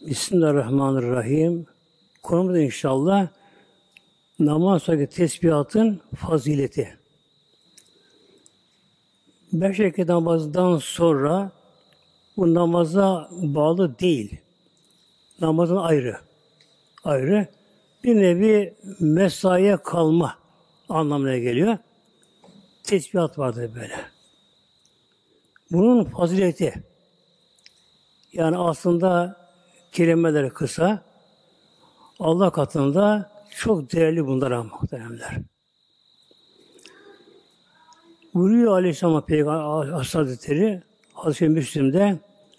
Bismillahirrahmanirrahim. Konumuz da inşallah namaz sonraki tesbihatın fazileti. Beş rekat namazdan sonra bu namaza bağlı değil. Namazın ayrı. Ayrı. Bir nevi mesaiye kalma anlamına geliyor. Tesbihat vardır böyle. Bunun fazileti yani aslında kelimeleri kısa, Allah katında çok değerli bunlar ama muhteremler. Buyuruyor Aleyhisselam Peygamber Hazretleri Hazreti Müslim'de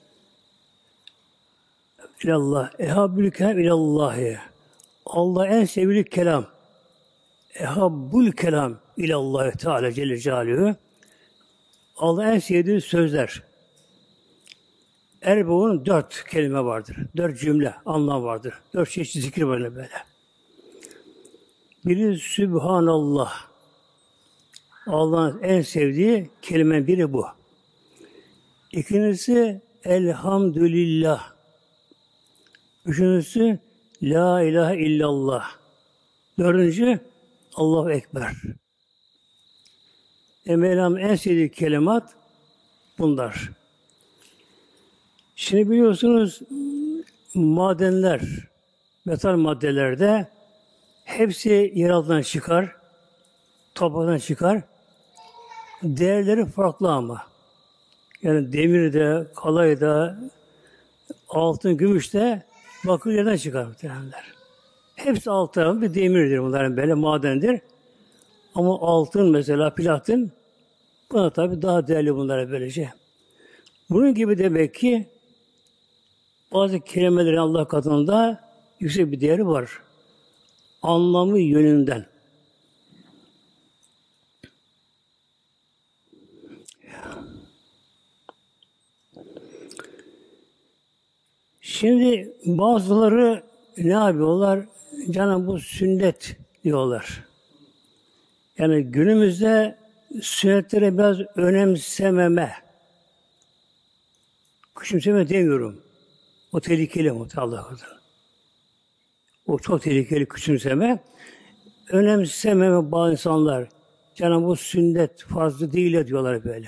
İlallah, ehabbül kelam ilallahi. Allah en sevgili kelam. Ehabbül kelam ilallahi Teala Celle Celaluhu. Allah en sevdiği sözler. Erbeğin 4 kelime vardır. 4 cümle, anlam vardır. 4 çeşit zikir var böyle. Biri Sübhanallah. Allah'ın en sevdiği kelime biri bu. İkincisi Elhamdülillah. Üçüncüsü La ilahe illallah. Dördüncü Allahu Ekber. Mevlam'ın en sevdiği kelimat bunlar. Şimdi biliyorsunuz madenler, metal maddelerde hepsi yer altından çıkar, topraktan çıkar. Değerleri farklı ama. Yani demirde, kalayda, altın, gümüşte bakır yerden çıkar muhtemelenler. Hepsi alt tarafı bir demirdir bunların böyle madendir. Ama altın mesela platin buna tabii daha değerli bunlara böylece. Bunun gibi demek ki bazı kelimelerin Allah katında yüksek bir değeri var. Anlamı yönünden. Şimdi bazıları ne yapıyorlar? Canım bu sünnet diyorlar. Yani günümüzde sünnetlere biraz önemsememe. Küçümseme demiyorum. O tehlikeli muhtemelen Allah katında. O çok tehlikeli küçümseme. Önemsememe bazı insanlar. Canım bu sünnet fazla değil diyorlar böyle.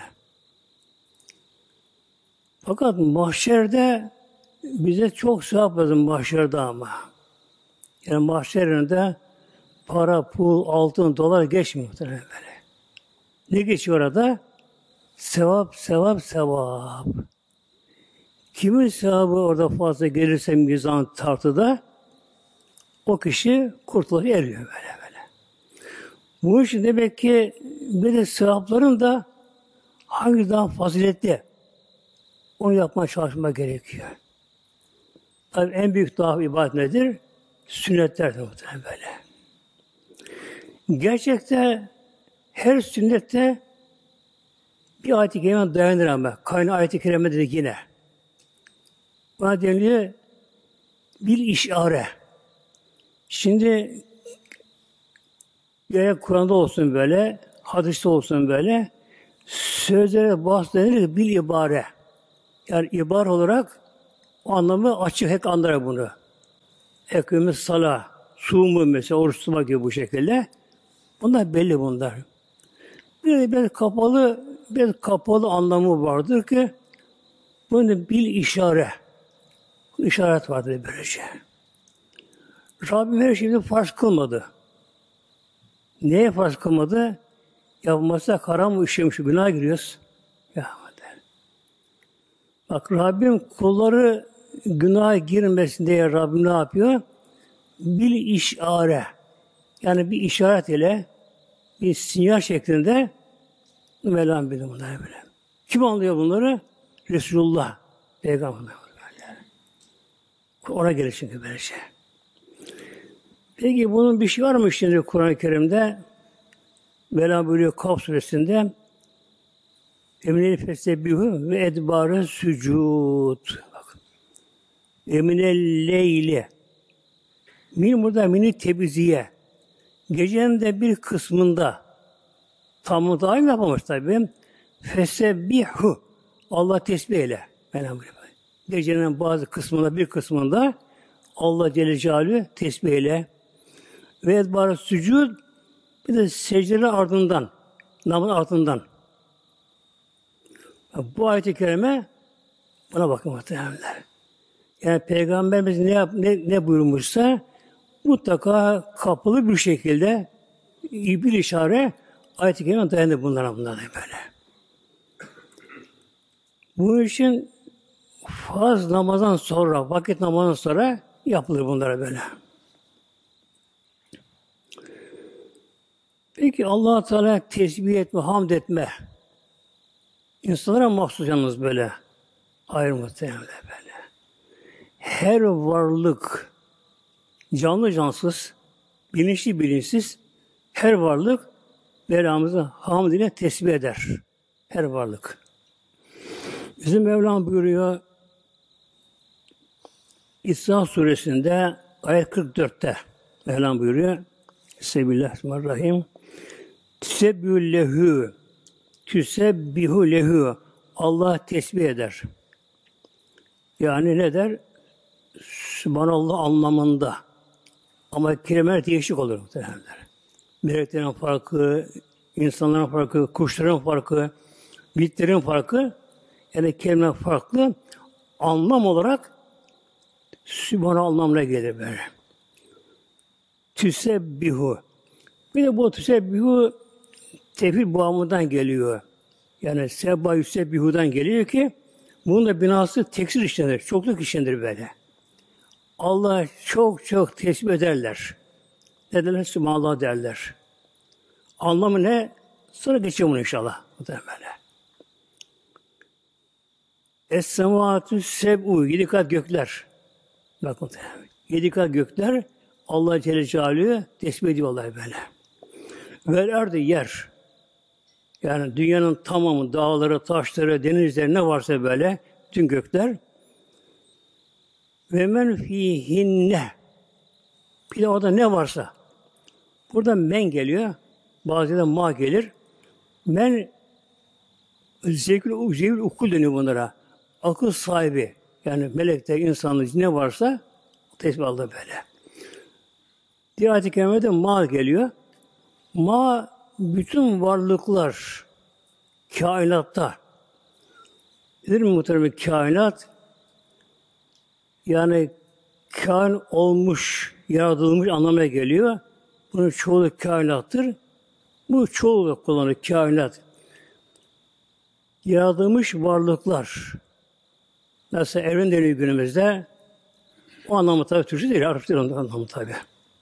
Fakat mahşerde bize çok sevap lazım mahşerde ama. Yani mahşerinde para, pul, altın, dolar geçmiyor muhtemelen böyle. Ne geçiyor orada? Sevap, sevap, sevap. Kimin sevabı orada fazla gelirse mizan tartıda o kişi kurtulur, eriyor böyle. Bu için demek ki bir de sevapların da hangi daha faziletli onu yapmaya çalışmak gerekiyor. Tabii en büyük daha ibadet nedir? Sünnetlerdir muhtemelen böyle. Gerçekte her sünnette bir ayet-i kerime dayanır ama. Kaynağı ayet-i kerime dedik yine. Buna deniliyor bil işare. Şimdi gerek Kur'an'da olsun böyle, hadiste olsun böyle, sözlere bahsedilir bil ibare. Yani ibare olarak o anlamı açık hep anlar bunu. Ekûmü sala, sumu mesela, oruç tutmak gibi bu şekilde. Bunlar belli bunlar. Bir de bir kapalı anlamı vardır ki bunun bil işare. İşaret vardır böylece. Rabbim her şeyi farz kılmadı. Neye farz kılmadı? Yapmazsa haram mı işlemiş, günah giriyoruz. Bak Rabbim kulları günaha girmesin diye Rabbim ne yapıyor? Bil işare. Yani bir işaret ile bir sinyal şeklinde Mevlam bilir bunları böyle. Kim anlıyor bunları? Resulullah. Peygamber böyle. Ona gelir çünkü böyle şey. Peki bunun bir şey var mı şimdi Kur'an-ı Kerim'de? Mevlam buyuruyor Kaf suresinde Emine fesebbihu ve edbâre sücûd. Bakın. Emine leyli. Min burada mini tebiziye. Gecenin de bir kısmında tamı daim yapamamış tabi. Fesebbihu. Allah tesbih eyle. Mevlam buyuruyor. Gecenin bazı kısmında, bir kısmında Allah Celle Celaluhu tesbihle ve edbar sücud, bir de secdenin ardından, namazın ardından. Bu ayet-i kerime buna bakın muhtemelenler. Yani Peygamberimiz ne buyurmuşsa mutlaka kapılı bir şekilde bir işare ayet-i kerime dayanır bunlara böyle. Bunun için farz namazdan sonra, vakit namazdan sonra yapılır bunlara böyle. Peki Allah-u Teala tesbih etme, hamd etme insanlara mahsus yalnız böyle. Ayrı muhtemelen böyle. Her varlık canlı cansız, bilinçli bilinçsiz her varlık Mevlamızı hamd ile tesbih eder. Her varlık. Bizim Mevlam buyuruyor İsra suresinde ayet 44'te Mevlam buyuruyor Bismillahirrahmanirrahim Tüsebbihu lehu Allah tesbih eder. Yani ne der? Sübhanallah anlamında. Ama kelimeler değişik olur muhtemelenler. Meleklerin farkı, insanların farkı, kuşların farkı, bitlerin farkı, yani kelime farklı. Anlam olarak Sübhanallah anlamına gelir böyle. Tüsebbihu. Bir de bu tüsebbihu tevhid bağımından geliyor. Yani sebba yüsebbihu'dan geliyor ki bunun da binası teksir işlenir, çokluk işlenir böyle. Allah çok çok tesbih ederler. Ne derler? Sübhanallah derler. Anlamı ne? Sonra geçeceğim bunu inşallah. Bu da böyle. Es-semâtü seb'u. 7 kat gökler. Bakın. 7 kat gökler Allah Celle Celaluhu tesbih ediyorlar böyle. Vel ardı yer. Yani dünyanın tamamı, dağları, taşları, denizleri ne varsa böyle, tüm gökler. Ve men fihinne. Bir de orada ne varsa. Burada men geliyor. Bazen ma gelir. Men zevkül ukul deniyor bunlara. Akıl sahibi. Yani melekler, insanlık ne varsa tesbih aldı böyle. Diğer ayet-i kerimede ma geliyor. Ma bütün varlıklar kainatta. Nedir mi muhtemelen kainat? Yani kain olmuş, yaratılmış anlamına geliyor. Bunun çoğu kainattır. Bu çoğu kullanır kainat. Yaratılmış varlıklar. Mesela evren deniyor günümüzde. O anlamı tabi Türkçe değil, Arapça değil onun anlamı tabi.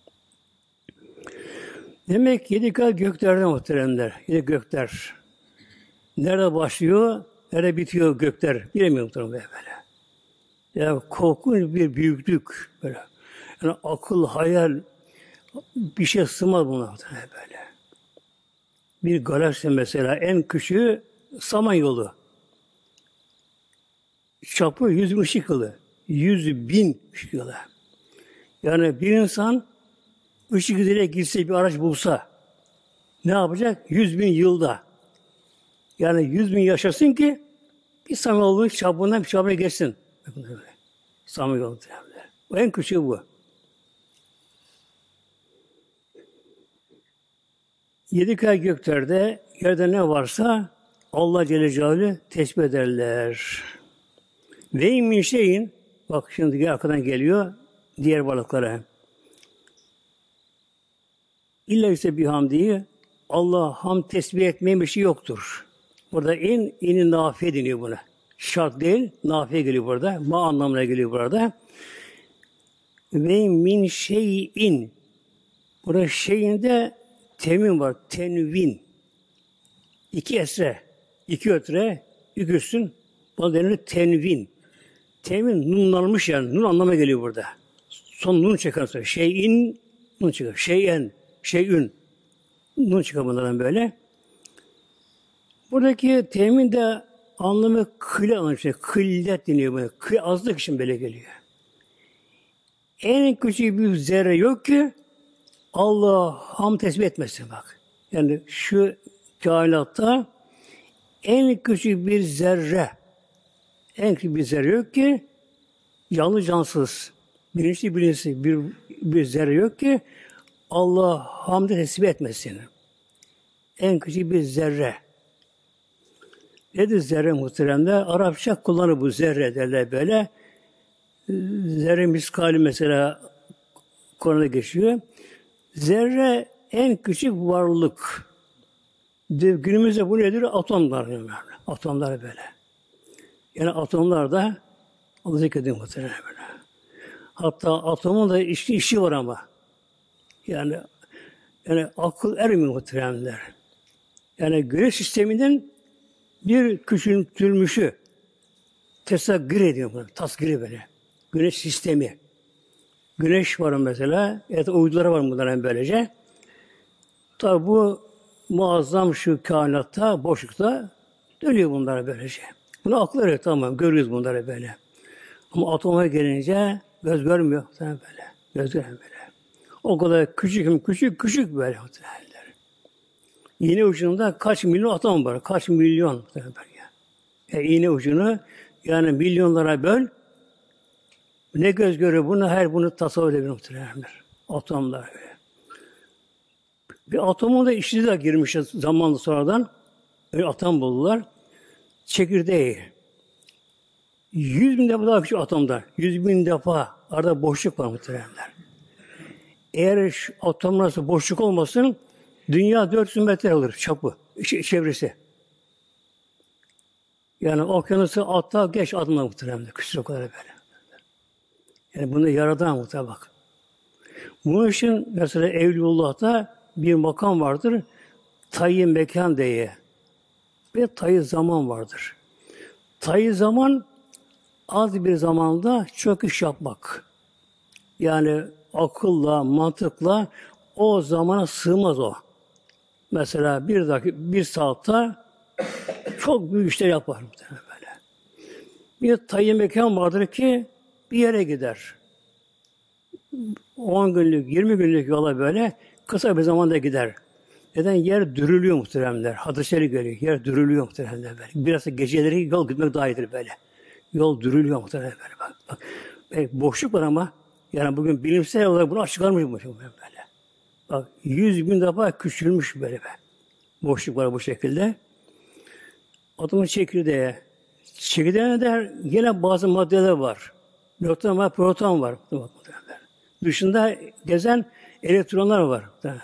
Demek ki 7 kat göklerde muhteremler. 7 gökler. Nerede başlıyor, nerede bitiyor gökler bilemiyorum muhterem böyle. Yani korkunç bir büyüklük böyle. Yani akıl, hayal bir şey sığmaz buna muhterem böyle. Bir galaksi mesela en küçüğü Samanyolu. Çapı 100 bin ışık yılı. 100.000 ışık yılı. Yani bir insan ışık hızıyla gitse bir araç bulsa ne yapacak? 100.000 yılda. Yani 100.000 yaşasın ki bir Samanyolu çapından bir çapına geçsin. Samanyolu. O en küçüğü bu. 7 kat göklerde yerde ne varsa Allah Celle Celaluhu tesbih ederler. Ve min şeyin, bak şimdi arkadan geliyor diğer varlıklara. İlla ise bir hamdiyi Allah ham tesbih etmeyen bir şey yoktur. Burada inin nafiye deniyor buna. Şart değil, nafiye geliyor burada. Ma anlamına geliyor burada. Ve min şeyin. Burada şeyinde temin var. Tenvin. 2 esre. 2 ötre. 2 üstün. Buna denilir tenvin. Temin nunlanmış yani. Nun anlamına geliyor burada. Son nun çıkarsa. Şeyin nun çıkar. Şeyen. Şeyün. Nun çıkar bunlardan böyle. Buradaki temin de anlamı kılle anlamı. Kıllet deniyor buna. Azlık için böyle geliyor. En küçük bir zerre yok ki Allah ham tesbih etmesin bak. Yani şu kainatta en küçük bir zerre yok ki canlı cansız, bilinçli bilinçsiz bir zerre yok ki Allah hamd tesbih etmesin. En küçük bir zerre. Nedir zerre muhteremler? Arapça kullanır bu zerre derler böyle. Zerre miskali mesela Kur'an'da geçiyor. Zerre en küçük varlık. Günümüzde bu nedir? Atomlar. Atomlar böyle. Yani atomlar da Allah zikrediyor muhtemelen böyle. Hatta atomun da işi var ama. Yani akıl ermiyor muhtemelenler. Yani güneş sisteminin bir küçültülmüşü tesagir ediyor bunu. Tasgiri böyle. Güneş sistemi. Güneş var mesela. Evet, uyduları var bunların böylece. Tabi bu muazzam şu kainatta, boşlukta dönüyor bunlar böylece. Bunu akıl eriyor, tamam. Görüyoruz bunları böyle. Ama atoma gelince göz görmüyor. Böyle. Göz görmüyor böyle. O kadar küçük böyle. İğne ucunda kaç milyon atom var. Kaç milyon. İğne ucunu yani milyonlara böl. Ne göz görüyor bunu, her bunu tasavvur edebilir muhtemelenler. Atomlar öyle. Bir atomun da içine de girmiş zamanla sonradan. Öyle atom buldular. Çekirdeği. 100.000 defa daha küçük atomlar. 100.000 defa arada boşluk var muhtemelenler. Eğer şu atomlar boşluk olmasın, dünya 400 metre olur çapı, çevresi. Yani okyanusu hatta geç adımlar muhtemelenler. Küsur o kadar böyle. Yani bunu yaradan muhtemelen bak. Bunun için mesela Evliyullah'ta bir makam vardır. Tayyi mekan diye. Ve tayyi zaman vardır. Tayyi zaman az bir zamanda çok iş yapmak. Yani akılla, mantıkla o zamana sığmaz o. Mesela bir saatte çok büyük işler yapar böyle. Bir tayyi mekan vardır ki bir yere gider. 10 günlük, 20 günlük yola böyle kısa bir zamanda gider. Neden? Yer dürülüyor muhteremler. Hadisleri görüyor. Yer dürülüyor muhteremler böyle. Biraz da geceleri yol gitmek daha iyidir böyle. Yol dürülüyor muhteremler böyle. Bak. Boşluk var ama yani bugün bilimsel olarak bunu açıklanmış böyle. Bak 100.000 defa küçülmüş böyle. Boşluk var bu şekilde. Atomun çekirdeği. Çekirdeğine de yine bazı maddeler var. Nötron var, proton var. Dışında gezen elektronlar var. Böyle.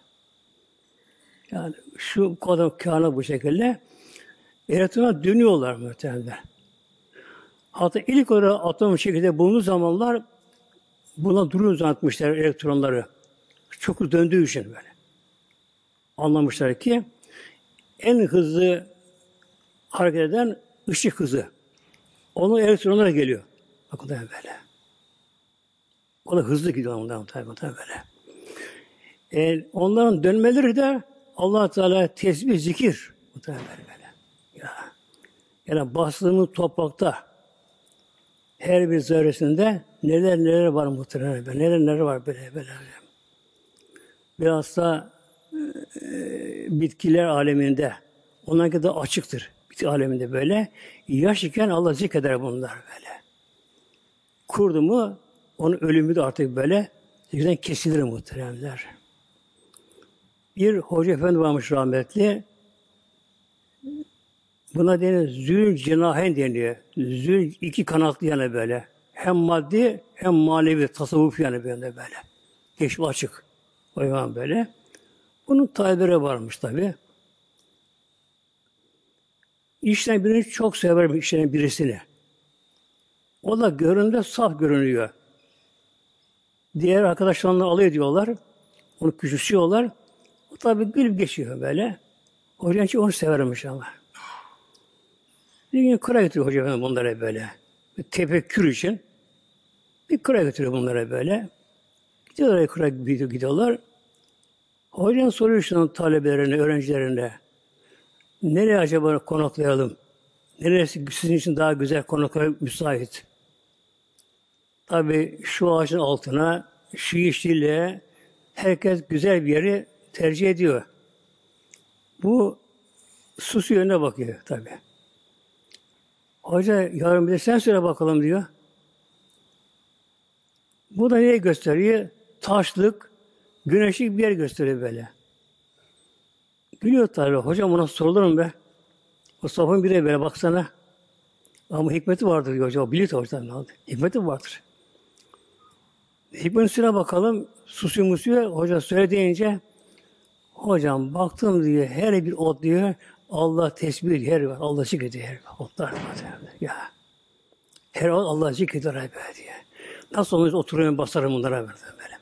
Yani şu kadar kâhına bu şekilde elektronlar dönüyorlar muhtemelen. Hatta ilk olarak atom çekirdeği bulunduğu zamanlar buna duruyor zannetmişler elektronları. Çok döndüğü için böyle. Anlamışlar ki en hızlı hareket eden ışık hızı. Onun elektronlara geliyor. Bakın böyle. O da hızlı gidiyor ondan böyle. Onların dönmeleri de Allah Teala tesbih, zikir. Böyle. Yani bastığımız toprakta her bir zerresinde neler var muhtemelen. Neler var böyle. Biraz da bitkiler aleminde onlarınki de açıktır. Bitki aleminde böyle. Yaş iken Allah zikreder bunlar böyle. Kurdu mu onun ölümü de artık böyle zikirden kesilir muhteremler. Bir hoca efendi varmış rahmetli. Buna denir zül cenahen deniyor. Zül iki kanatlı yani böyle. Hem maddi hem manevi tasavvuf yani böyle. Keşfi açık. O zaman böyle. Bunun tabiri varmış tabi. İşten birini çok sever işten birisini. O da göründe saf görünüyor. Diğer arkadaşlarını alıyor diyorlar. Onu küçültüyorlar. O tabi gülüp geçiyor böyle. Hoca onu severmiş ama. Bir gün kıra götürüyor hoca efendi bunlara böyle. Tefekkür için. Bir kıra götürüyor bunlara böyle. Gidiyorlar kıra gidiyorlar. Hocanın soruyor şunun talebelerine, öğrencilerine. Nereye acaba konaklayalım? Neresi sizin için daha güzel konaklara müsait? Tabii şu ağacın altına, şu yeşilliğe herkes güzel bir yeri tercih ediyor. Bu su yönüne bakıyor tabii. Hoca yarın bir de sen söyle bakalım diyor. Bu da neyi gösteriyor? Taşlık, güneşlik bir yer gösteriyor böyle. Gülüyor tabii. Hocam ona sorulur mu be? O safın biri böyle baksana. Ama hikmeti vardır diyor hocam. Biliyor tabii hocam. Hikmeti vardır. Hikmetin üstüne bakalım. Susuyor musuyor. Hoca söyle deyince hocam baktım diyor. Her bir ot diyor. Allah tesbih her var. Allah zikrediyor her otlar var. Ya. Her ot Allah zikrediyor böyle diye. Nasıl olmuş oturuyorum basarım bunlara böyle böyle.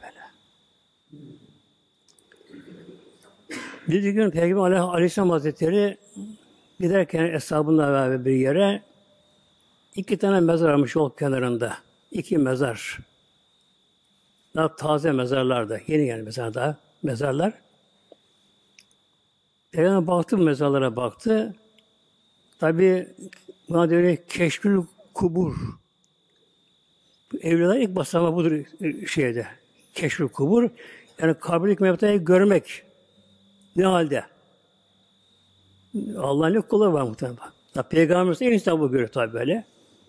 Bir gün Peygamber Aleyhisselam Hazretleri giderken eshabınla beraber bir yere 2 tane mezar varmış yol kenarında. 2 mezar. Daha taze mezarlarda. Yeni mezarlar. Peygamber baktı mezarlara baktı. Tabi buna diyor keşfül kubur. Evliler ilk basamağı budur şeyde. Keşfül kubur. Yani kabirlik mevtayı görmek. Ne halde? Allah'ın ne kulu var muhtemelen. Peygamberimiz en iyisi bu görüyor tabi böyle.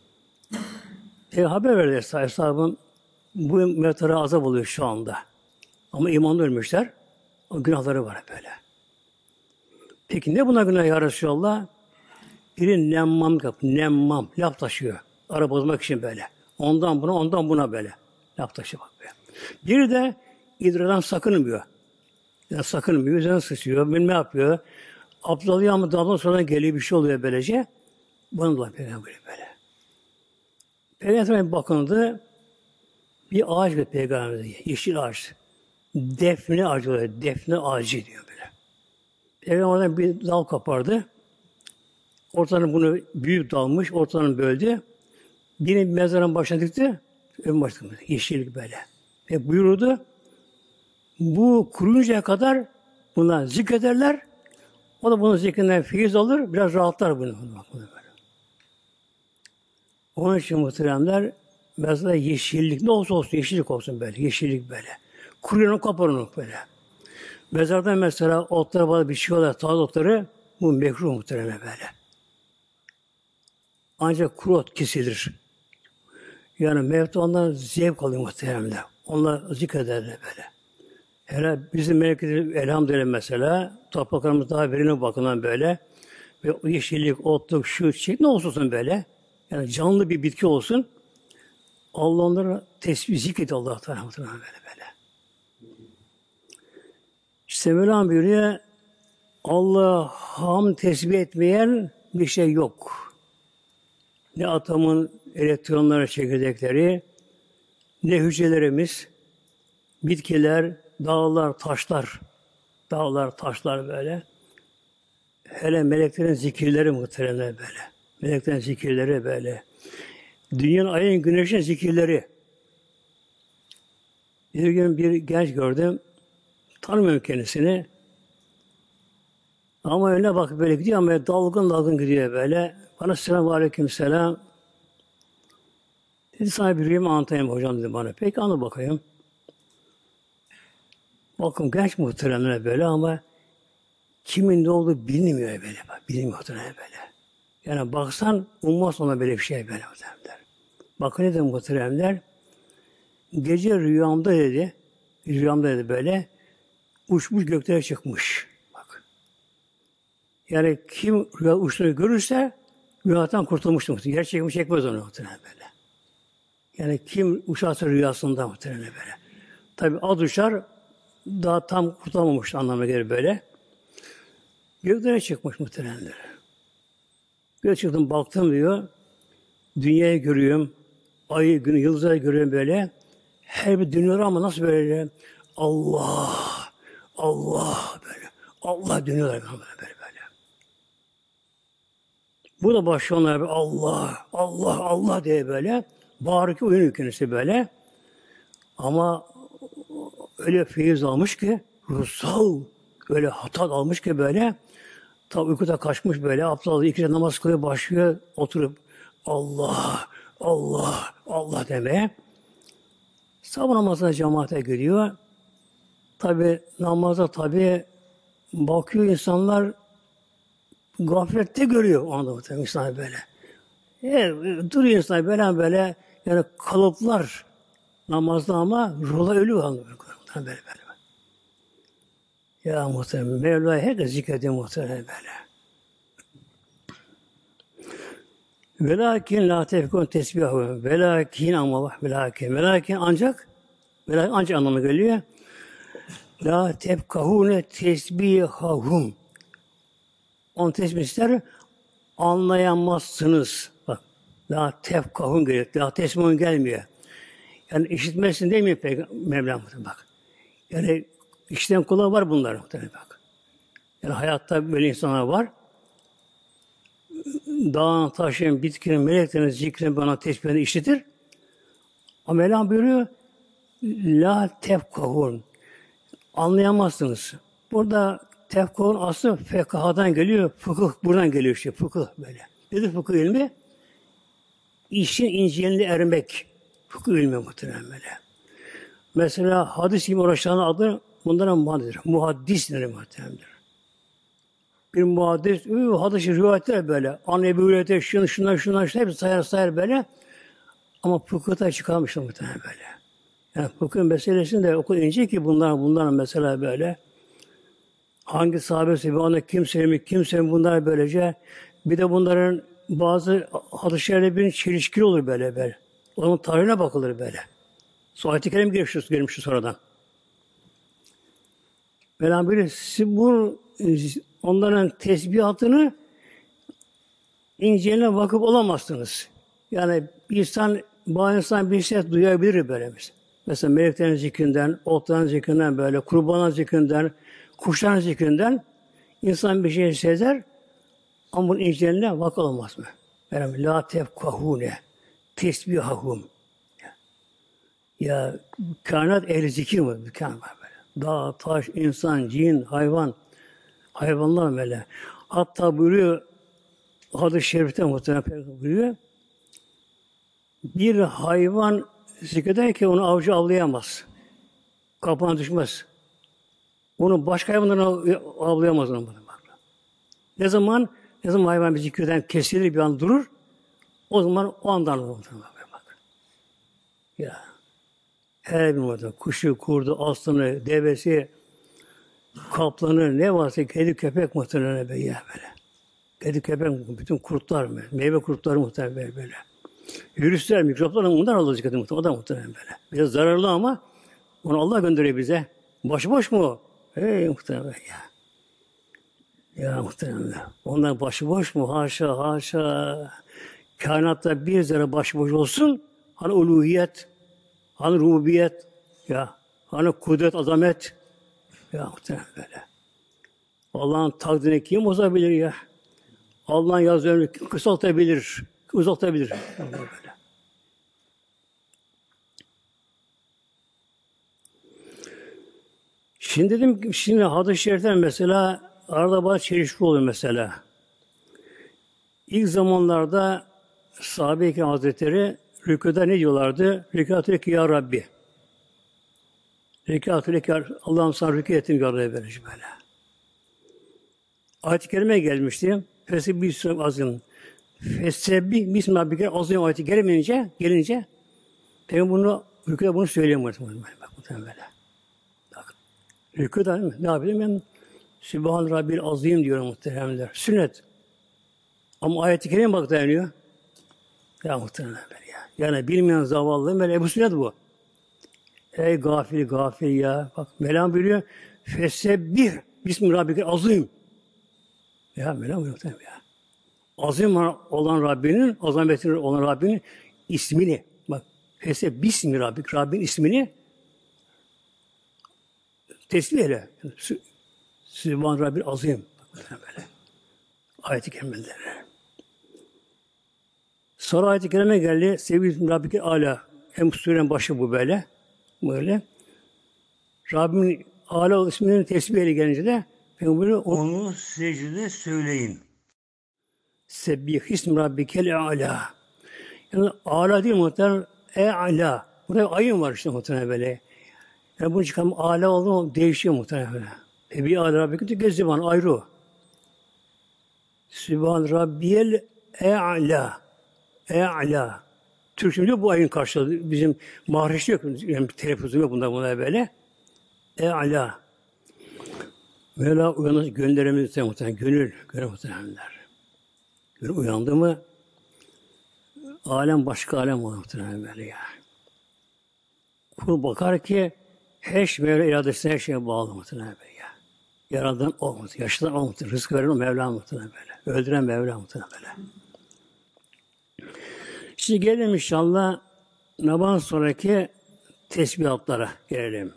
Haber verdiler sahibi bu mevtara azap oluyor şu anda. Ama imanlı ölmüşler. O günahları var böyle. Peki ne buna günah ya Resulallah? Biri nemmam, laf taşıyor. Ara bozmak için böyle. Ondan buna böyle. Laf taşıyor bak böyle. Biri de idrardan sakınmıyor. Yani sakınmıyor, üzerine sıçıyor, bilmem ne yapıyor. Abdalıyor ama daha sonra geliyor bir şey oluyor böylece. Bunu da Peygamber böyle. Peygamber bakındı. Bir ağaç ve Peygamber yeşil ağaç. Defne ağacı oluyor. Defne ağacı diyor böyle. Peygamberden bir dal kapardı. Ortadan bunu büyük dalmış, ortadan böldü. Yine bir mezarın başına dikti. Ön başına yeşillik böyle. Ve buyurdu. Bu kuruyuncaya kadar bunlar zikrederler. O da bunun zikrinden feyiz alır. Biraz rahatlar bunu. Onun için muhteremler mezarda yeşillik ne olsa olsun yeşillik olsun böyle. Yeşillik böyle. Kuruyanı kapar onu böyle. Mezarda mesela otlara bağlı biçiyorlar, taze otları. Bu mekruh muhteremler böyle. Ancak kuru ot kesilir. Yani mevcut ondan zevk alıyor muhteremler. Onlar zikrederler böyle. Hele bizim memleketimiz elhamdülillah mesela topraklarımız daha verimli bakımdan böyle ve yeşillik, otluk, şu çiçek ne olsun böyle. Yani canlı bir bitki olsun. Allah onlara tesbih zikrediyor Allah tarafından böyle. İşte Mevlam buyuruyor Allah ham tesbih etmeyen bir şey yok. Ne atomun elektronları, çekirdekleri, ne hücrelerimiz, bitkiler, dağlar, taşlar böyle. Hele meleklerin zikirleri muhteremler böyle. Meleklerin zikirleri böyle. Dünyanın, ayın, güneşin zikirleri. Bir gün bir genç gördüm. Tanımıyorum kendisini. Ama önüne bakıp böyle gidiyor ama dalgın gidiyor böyle. Bana selam aleyküm selam. Dedi sana bir rüyamı anlatayım hocam dedi bana. Peki anla bakayım. Bakın genç muhteremler böyle ama kimin ne olduğu bilinmiyor böyle. Bilinmiyor böyle. Yani baksan ummaz ona böyle bir şey böyle muhteremler. Bakın ne dedi muhteremler? Gece rüyamda dedi böyle uçmuş göklere çıkmış. Bak. Yani kim rüya uçtuğunu görürse rüyadan kurtulmuştur. Yer çekimi çekmez onu muhteremler böyle. Yani kim uçarsa rüyasında muhteremler böyle. Tabi az uçar daha tam kurtulamamış anlamına gelir böyle. Göklere çıkmış muhteremler. Göğe çıktım baktım diyor. Dünyayı görüyorum. Ayı, günü, yıldızları görüyorum böyle. Her bir dönüyor ama nasıl böyle? Allah böyle. Allah dönüyorlar böyle. Bu da başlıyorlar Allah diye böyle. Bağırıyor ki uyanıyor kendisi böyle. Ama öyle feyiz almış ki ruhsal öyle hata almış ki böyle tabi uykuda kaçmış böyle aptal 2 namaz kılıyor başlıyor oturup Allah demeye. Sabah namazına cemaate gidiyor. Tabi namaza bakıyor insanlar gaflette görüyor o anda insanlar böyle. Duruyor insanlar böyle yani kalıplar Namazda ama ruhla ölü böyle böyle. Ya muhtemelen Mevla'yı herkes zikrediyor muhtemelen böyle. Velakin la tefkun tesbihahu. Velakin ama bak velakin ancak anlamı geliyor. La tefkahune tesbihahum. On tesbihler anlayamazsınız. Bak la tefkahun geliyor. La tesbihun gelmiyor. Yani işitmesin değil mi Mevlam bak. Yani işten kulağı var bunlar bak. Yani hayatta böyle insanlar var. Dağın, taşın, bitkinin, meleklerin zikrini bana tesbihini işitir. Ama Mevlam buyuruyor la tefkahun. Anlayamazsınız. Burada tefkahun aslı fekahadan geliyor. Fıkıh buradan geliyor işte. Fıkıh böyle. Nedir fıkıh ilmi? İşin inceline ermek. Fıkıh ilmi muhtemelen böyle. Mesela hadis gibi uğraşanın adı bunların muhaddis denir muhtemelen. Bir muhaddis, hadis-i rivayetler böyle. Anne büyülete, şunlar hepsi sayar böyle. Ama fıkıhta çıkarmışlar muhtemelen böyle. Yani fıkıh meselesini de o kadar ince ki bunların mesela böyle. Hangi sahabesi, ona kim söylemiş bunlar böylece. Bir de bunların bazı hadislerle bir çelişkili olur böyle. Onun tarihine bakılır böyle. Sonra ayet-i kerim gelmiştir sonradan. Mevlam böyle bu onların tesbihatını inceline vakıf olamazsınız. Yani bazı insan bir ses duyabilir böyle mesela. Mesela meleklerin zikrinden, otların zikrinden böyle, kurbanın zikrinden, kuşların zikrinden insan bir şey sezer ama bunun inceline vakıf olmaz mı? Yani la tefkahune tesbihahum. Ya kainat ehli zikir mi? Kainat böyle. Dağ, taş, insan, cin, hayvanlar böyle. Hatta buyuruyor hadis-i şerifte muhtemelen buyuruyor. Bir hayvan zikrederken onu avcı avlayamaz. Kapağına düşmez. Onu başka hayvanlar avlayamaz onu. Ne zaman hayvan bir zikreden kesilir bir an durur, o zaman o andan olur. Bak. Ya. Her bir orada kuşu, kurdu, aslanı, devesi, kaplanı, ne varsa kedi, köpek muhtemelen böyle. Kedi, köpek, bütün kurtlar, meyve kurtları muhtemelen böyle. Virüsler, mikroplar ondan alacak muhtemelen. O da muhtemelen böyle. Biraz zararlı ama onu Allah gönderiyor bize. Başıboş mu? Muhtemelen ya. Ya muhtemelen. Onlar başıboş mu? Haşa. Kainatta bir zerre başıboş olsun. Hani uluhiyet, hani rububiyet, ya hani kudret, azamet. Ya muhtemelen böyle. Allah'ın takdirini kim bozabilir ya? Allah'ın yazdığı kim kısaltabilir, uzatabilir. Böyle. Şimdi hadis-i şeriften mesela arada bazı çelişki oluyor mesela. İlk zamanlarda sahabe-i kiram hazretleri rükûda ne diyorlardı? Rükûtü ya Rabbi. Rükûtü Allah'ım sana rükû ettim ya Rabbi böyle. Ayet-i kerime gelmişti. Fesebbih bismi azim. Fesebbih bismi rabbike azim ayeti gelince Peygamber bunu söyleyemiyor. Bak böyle. Bak. Rükûda ne yapayım ben? Sübhan Rabbil azim diyorum muhteremler. Sünnet. Ama ayet-i kerime bak dayanıyor. Ya muhteremler ya. Yani bilmeyen zavallı böyle Ebu Sünnet bu. Ey gafil ya. Bak Mevlam buyuruyor. Fesebbih bismi rabbike azim. Ya Mevlam buyuruyor ya. Azim olan Rabbinin, azametli olan Rabbinin ismini, bak, bismi Rabbik, Rabbin ismini tesbih eyle. Sübhan Rabbil azim. Bak, böyle. Ayet-i kerimeleri. Sonra ayet-i kerime geldi. Sevgili Rabbike ala. Hem surenin başı bu böyle. Böyle. Rabbin ala isminin tesbih eyle gelince de onu secde söyleyin. Sebbih ismi rabbikel a'la. Yani a'la değil muhtemelen e'ala. Burada ayın var işte muhtemelen böyle. Yani bunu çıkan a'la olduğu değişiyor muhtemelen böyle. Bir a'la rabbikel geziban ayrı o. Sübhan rabbiyel e'ala. E'ala. Türkçe diyor bu ayın karşılığı. Bizim mahreçte yok. Yani telaffuzum yok bunlar böyle. Ala. Mevla uyanır gönderimiz muhtemelen. Gönül muhtemelenler. Gönül uyandı mı alem başka alem olur muhtemelen böyle ya. Kul bakar ki her şey Mevla iradesine her şeye bağlı muhtemelen böyle ya. Yaradan o muhtemelen. Yaşadan o muhtemelen. Rızkı veren o Mevla muhtemelen böyle. Öldüren Mevla muhtemelen böyle. Şimdi gelelim inşallah namaz sonraki tesbihatlara gelelim.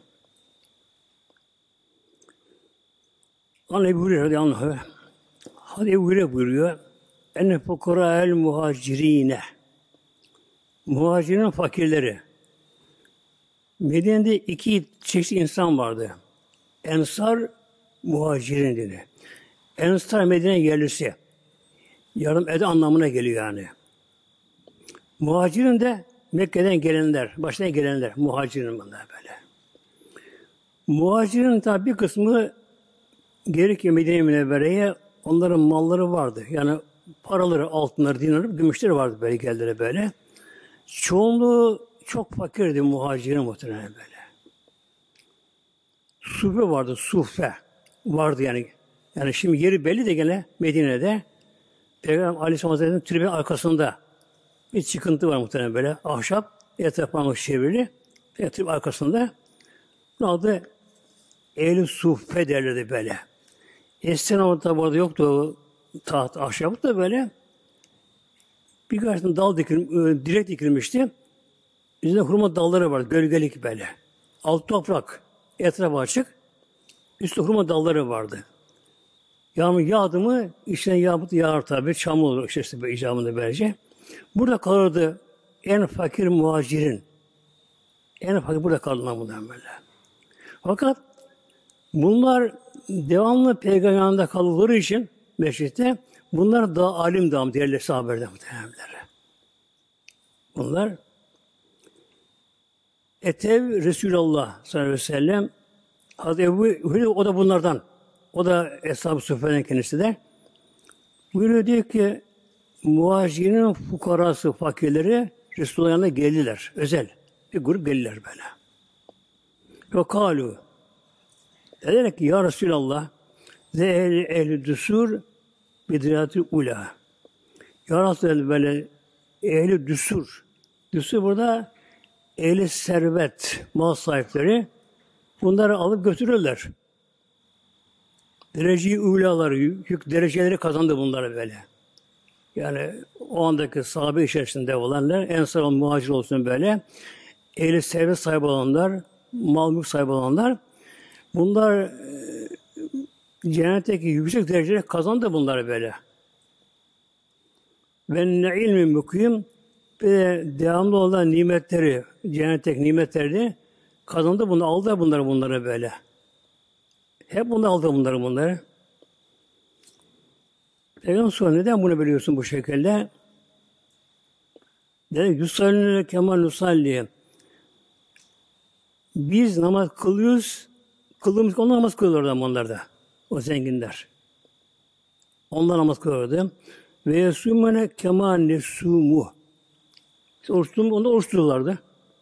An Ebu Hureyre radıyallahu anh. Hadi Ebu Hureyre buyuruyor. Enne fukara el muhacirine. Muhacirin fakirleri. Medine'de iki çeşit insan vardı. Ensar, muhacirin dedi. Ensar Medine yerlisi. Yardım eden anlamına geliyor yani. Muhacirin de Mekke'den gelenler, baştan gelenler. Muhacirin bunlar böyle. Muhacirin tabi bir kısmı gerekli Medine-i Münevvere'ye onların malları vardı. Yani paraları, altınları, dinarı, gümüşleri vardı böyle geldiler böyle. Çoğunluğu çok fakirdi muhacirin muhtemelen böyle. Sufe vardı, sufe vardı yani. Yani şimdi yeri belli de gene Medine'de Peygamber Aleyhisselam Hazretleri'nin türbenin arkasında bir çıkıntı var muhtemelen böyle. Ahşap, etrafına çevrili. Türbenin arkasında. Bunun adı Ehl-i Sufe derlerdi böyle. Eskiden orada yoktu o taht, ahşap da böyle. Birkaç dal direkt dikilmişti. Üzerinde hurma dalları vardı, gölgelik böyle. Alt toprak, etrafı açık. Üstte hurma dalları vardı. Yağmur yağdı mı, içine yağar tabi, çamur olur işte icabında böylece. Burada kalırdı en fakir muhacirin. En fakir burada kaldılar bunlar böyle. Fakat bunlar devamlı peygamberinde kaldıkları için meşritte bunlar daha alim dağım diğerleri sahabelerde muhtemelenler. Bunlar Etev Resulullah sallallahu aleyhi ve sellem Hazreti Ebu Hureyre o da bunlardan. O da Eshab-ı Suffe'nin kendisi de. Buyuruyor diyor ki muhacirin fukarası, fakirleri Resulullah'ın yanına geldiler. Özel. Bir grup geldiler böyle. Ve kalu dediler ki ya Resulallah zehli ehli düsur bidirati ula. Ya Resulallah böyle ehli düsur. Düsur burada ehli servet, mal sahipleri bunları alıp götürürler. Derece-i ulaları, dereceleri kazandı bunları böyle. Yani o andaki sahabe içerisinde olanlar, ensar olan muhacir olsun böyle, ehli servet sahibi olanlar, mal mülk sahibi olanlar, bunlar cennetteki yüksek dereceleri kazandı bunları böyle. Ve ne ilmi müküm ve devamlı olan nimetleri, cennetteki nimetleri kazandı bunu, aldı bunları böyle. Hep bunlar aldı bunları. Peygamber soruyor, neden bunu biliyorsun bu şekilde? Dedi, yusalline kemal nusalli. Biz namaz kılıyoruz, kıldığımız onlar namaz kılıyorlar onlar da. O zenginler. Onlar namaz kılıyorlardı. Ve yesûmene kemal nesûmuh. Onlar oruç tutuyorlardı.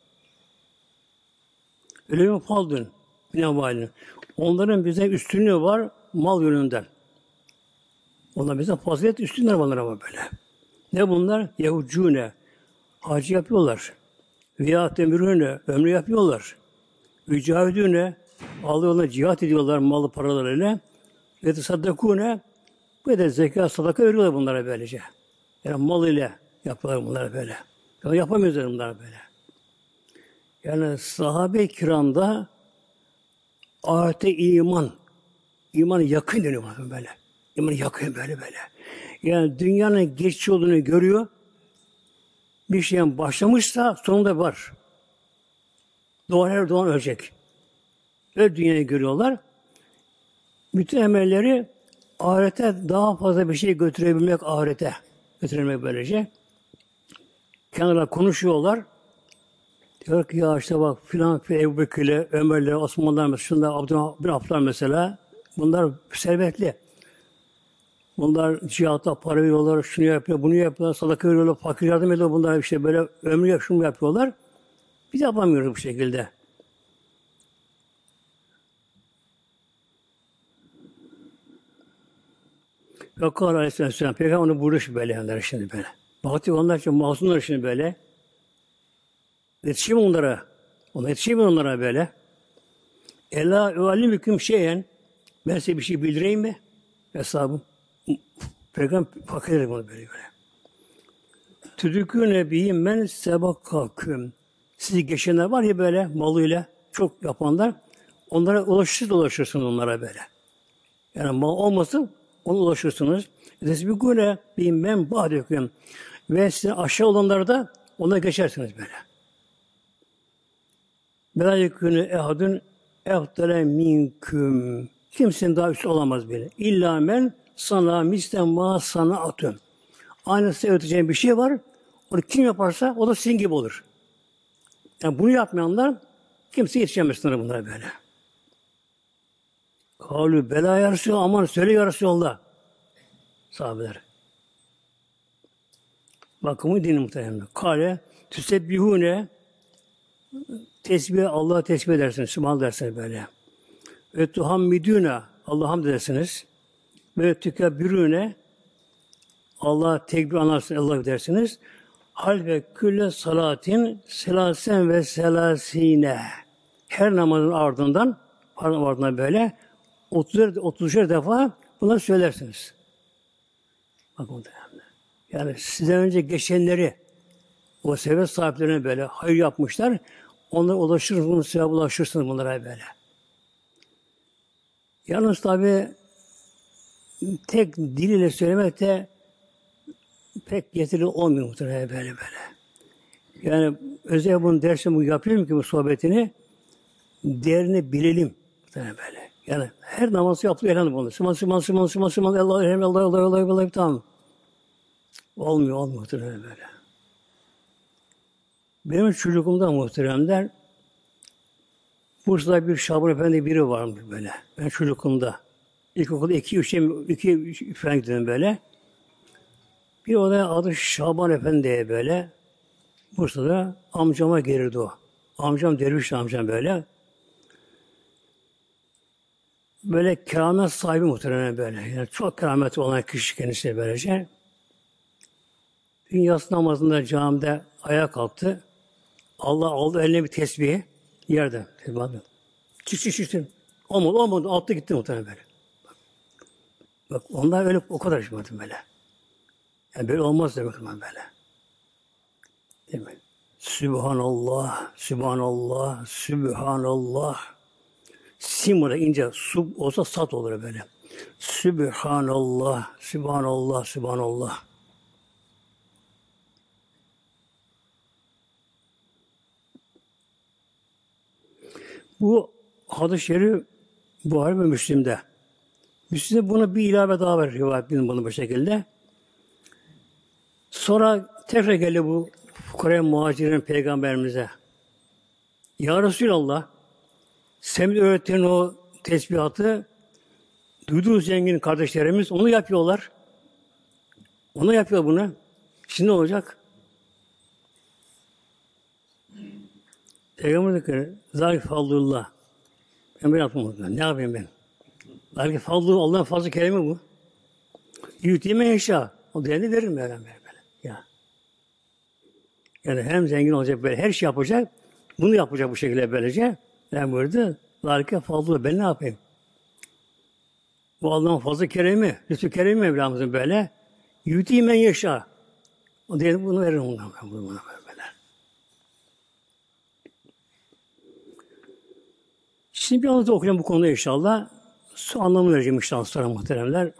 Öyle mi faldın? Minavvalin. Onların bize üstünlüğü var mal yönünden. Onlar bize fazilet üstünler var ama böyle. Ne bunlar? Yehucune. Hacı yapıyorlar. Veya temirüne. Ömrü yapıyorlar. Mücahidüne. Alıyorlar, cihat ediyorlar malı paralarıyla. Ve de saddakune. Ve de zekat, sadaka veriyorlar bunlara böylece. Yani mal ile yapıyorlar bunlara böyle. Yani yapamıyorlar bunlar böyle. Yani sahabe-i kiramda ahirete iman yakın dönüyor böyle. İman yakın böyle. Yani dünyanın geçici olduğunu görüyor. Bir şeyin başlamışsa sonunda var. Her doğan ölecek. Öyle dünyayı görüyorlar. Bütün emelleri ahirete daha fazla bir şey götürebilmek ahirete. Götürebilmek böylece. Kenarda konuşuyorlar. Diyor ki ya işte bak filan Ebu Bekir'le, Ömer'le, Osman'lar mesela, şunlar, Abdülhamid bin Affan mesela bunlar servetli. Bunlar cihatta para veriyorlar, şunu yapıyor, bunu yapıyorlar, sadaka veriyorlar, fakir yardım ediyor bunlar işte böyle ömrü yaşamı yapıyorlar. Biz yapamıyoruz bu şekilde. Ve kâle aleyhisselam, Peygamber onu buyurdu şu böyle yanlar şimdi böyle. Baktık onlar için masumlar şimdi böyle. Yetişeyim onlara. Ona yetişeyim onlara böyle. Ela üallimüküm şeyen. Ben size bir şey bildireyim mi? Hesabım. Peygamber fakir bunu böyle. Tüdüküne bihim men sebakaküm. Sizi geçenler var ya böyle malıyla çok yapanlar. Onlara ulaşırsınız onlara böyle. Yani mal olmasın ona ulaşırsınız. Tesbiküne bihim men ba'düküm. Ve sizin aşağı olanları da ona geçersiniz böyle. Melâikûnü ehadün ehdele minküm. Kimsenin daha üstü olamaz böyle. İllâ men sana mislen ma sana atın. Aynısı öğreteceğin bir şey var. Onu kim yaparsa o da sizin gibi olur. Yani bunu yapmayanlar kimse yetişemez bunlara böyle. Kâlû belâ ya Resulallah, aman söyle ya Resulallah. Sahabeler. Bakımı dinin muhtemelen. Kâle tüsebbihûne tesbih, Allah'a tesbih edersiniz, Sübhan dersiniz böyle. Ve tuhammidûne, Allah'a hamd edersiniz. Ve tükebbirûne, Allah'a tekbir anarsınız, Allah dersiniz. Hal ve külle salatin selasen ve selasine. Her namazın ardından böyle 30'er defa bunları söylersiniz. Bakın yani sizden önce geçenleri o sebep sahiplerine böyle hayır yapmışlar. Onlara ulaşırsınız, bunun sevabı ulaşırsınız bunlara böyle. Yalnız tabi tek dil ile söylemek de pek yeterli olmuyor muhtemelen böyle. Yani özel bunun dersini bu yapıyorum ki bu sohbetini değerini bilelim muhtemelen böyle. Yani her namazı yaptığı elhamdülillah bunu. Süman, Allah, tamam. Olmuyor muhtemelen böyle. Benim çocukluğumda muhteremler Bursa'da bir Şaban Efendi biri varmış böyle. Ben çocukluğumda. İlkokulda iki falan gittim böyle. Bir odaya adı Şaban Efendi'ye böyle. Bursa'da amcama gelirdi o. Amcam derviş amcam böyle. Böyle keramet sahibi muhtemelen böyle. Yani çok kerameti olan kişi kendisi böylece. Bir yatsı namazında camide ayağa kalktı. Allah aldı eline bir tesbihi yerde. Çık. Olmadı. Altta gitti muhtemelen böyle. Bak onlar öyle o kadar işmadı böyle. Yani böyle olmaz demek böyle. Değil mi? Sübhanallah. Sim orada ince, sub olsa sat olur böyle. Sübhanallah. Bu hadis-i şerif Buhari ve Müslim'de. Müslim'de buna bir ilave daha var rivayet bunu bu şekilde. Sonra tekrar geldi bu fukara muhacirin peygamberimize. Ya Resulallah, sen öğrettiğin o tesbihatı duyduğu zengin kardeşlerimiz onu yapıyorlar. Onu yapıyor bunu. Şimdi ne olacak? Peygamber diyor ki, zâlik fadlullah. Ben böyle yapmam. Ne yapayım ben? Zâlik fadlullah, Allah'ın fazla kelime bu. Yütîme yaşa. O değerini veririm böyle. Ya. Yani hem zengin olacak böyle, her şey yapacak, bunu yapacak bu şekilde böylece. Ben burada, zâlik fadlullah, ben ne yapayım? Bu Allah'ın fazla keremi, lütfü keremi Mevlamızın böyle. Yütîme yaşa. O değerini bunu veririm ondan. Buna böyle. Şimdi bir anlatı okuyalım bu konuda inşallah. Su anlamı vereceğim inşallah sonra muhteremler.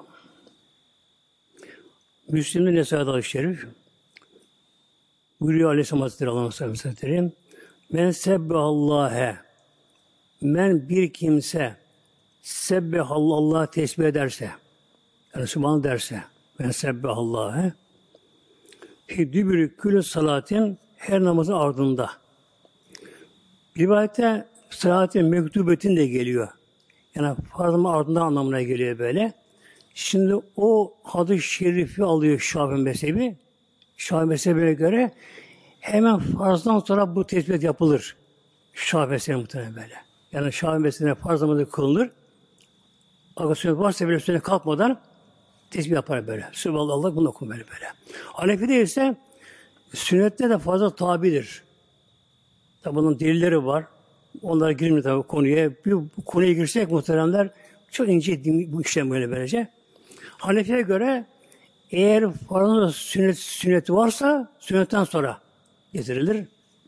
Müslim'de Nesai Hadis-i Şerif buyuruyor Aleyhisselam Hazretleri Allah'ın Hazretleri men sebbehallâhe men bir kimse sebbehallah tesbih ederse yani Sübhan derse men sebbehallâhe dübürü külü salatin her namazın ardında. Bir rivayette salatin mektubetin de geliyor. Yani farzın ardından anlamına geliyor böyle. Şimdi o hadis-i şerifi alıyor Şafii mezhebi. Şafii mezhebine göre hemen farzdan sonra bu tesbih yapılır. Şafii mezhebine muhtemelen böyle. Yani Şafii mezhebine farz namazı kılınır. Aga sünnet varsa bile üstüne kalkmadan tesbih yapar böyle. Sübhanallah bunu okur böyle. Hanefi'de ise sünnette de fazla tabidir. Tabi bunun delilleri var. Onlara girmiyor tabi konuya. Bu konuya girsek muhteremler çok ince bu işlem böyle böylece. Hanefi'ye göre eğer farzın sünneti varsa sünnetten sonra getirilir.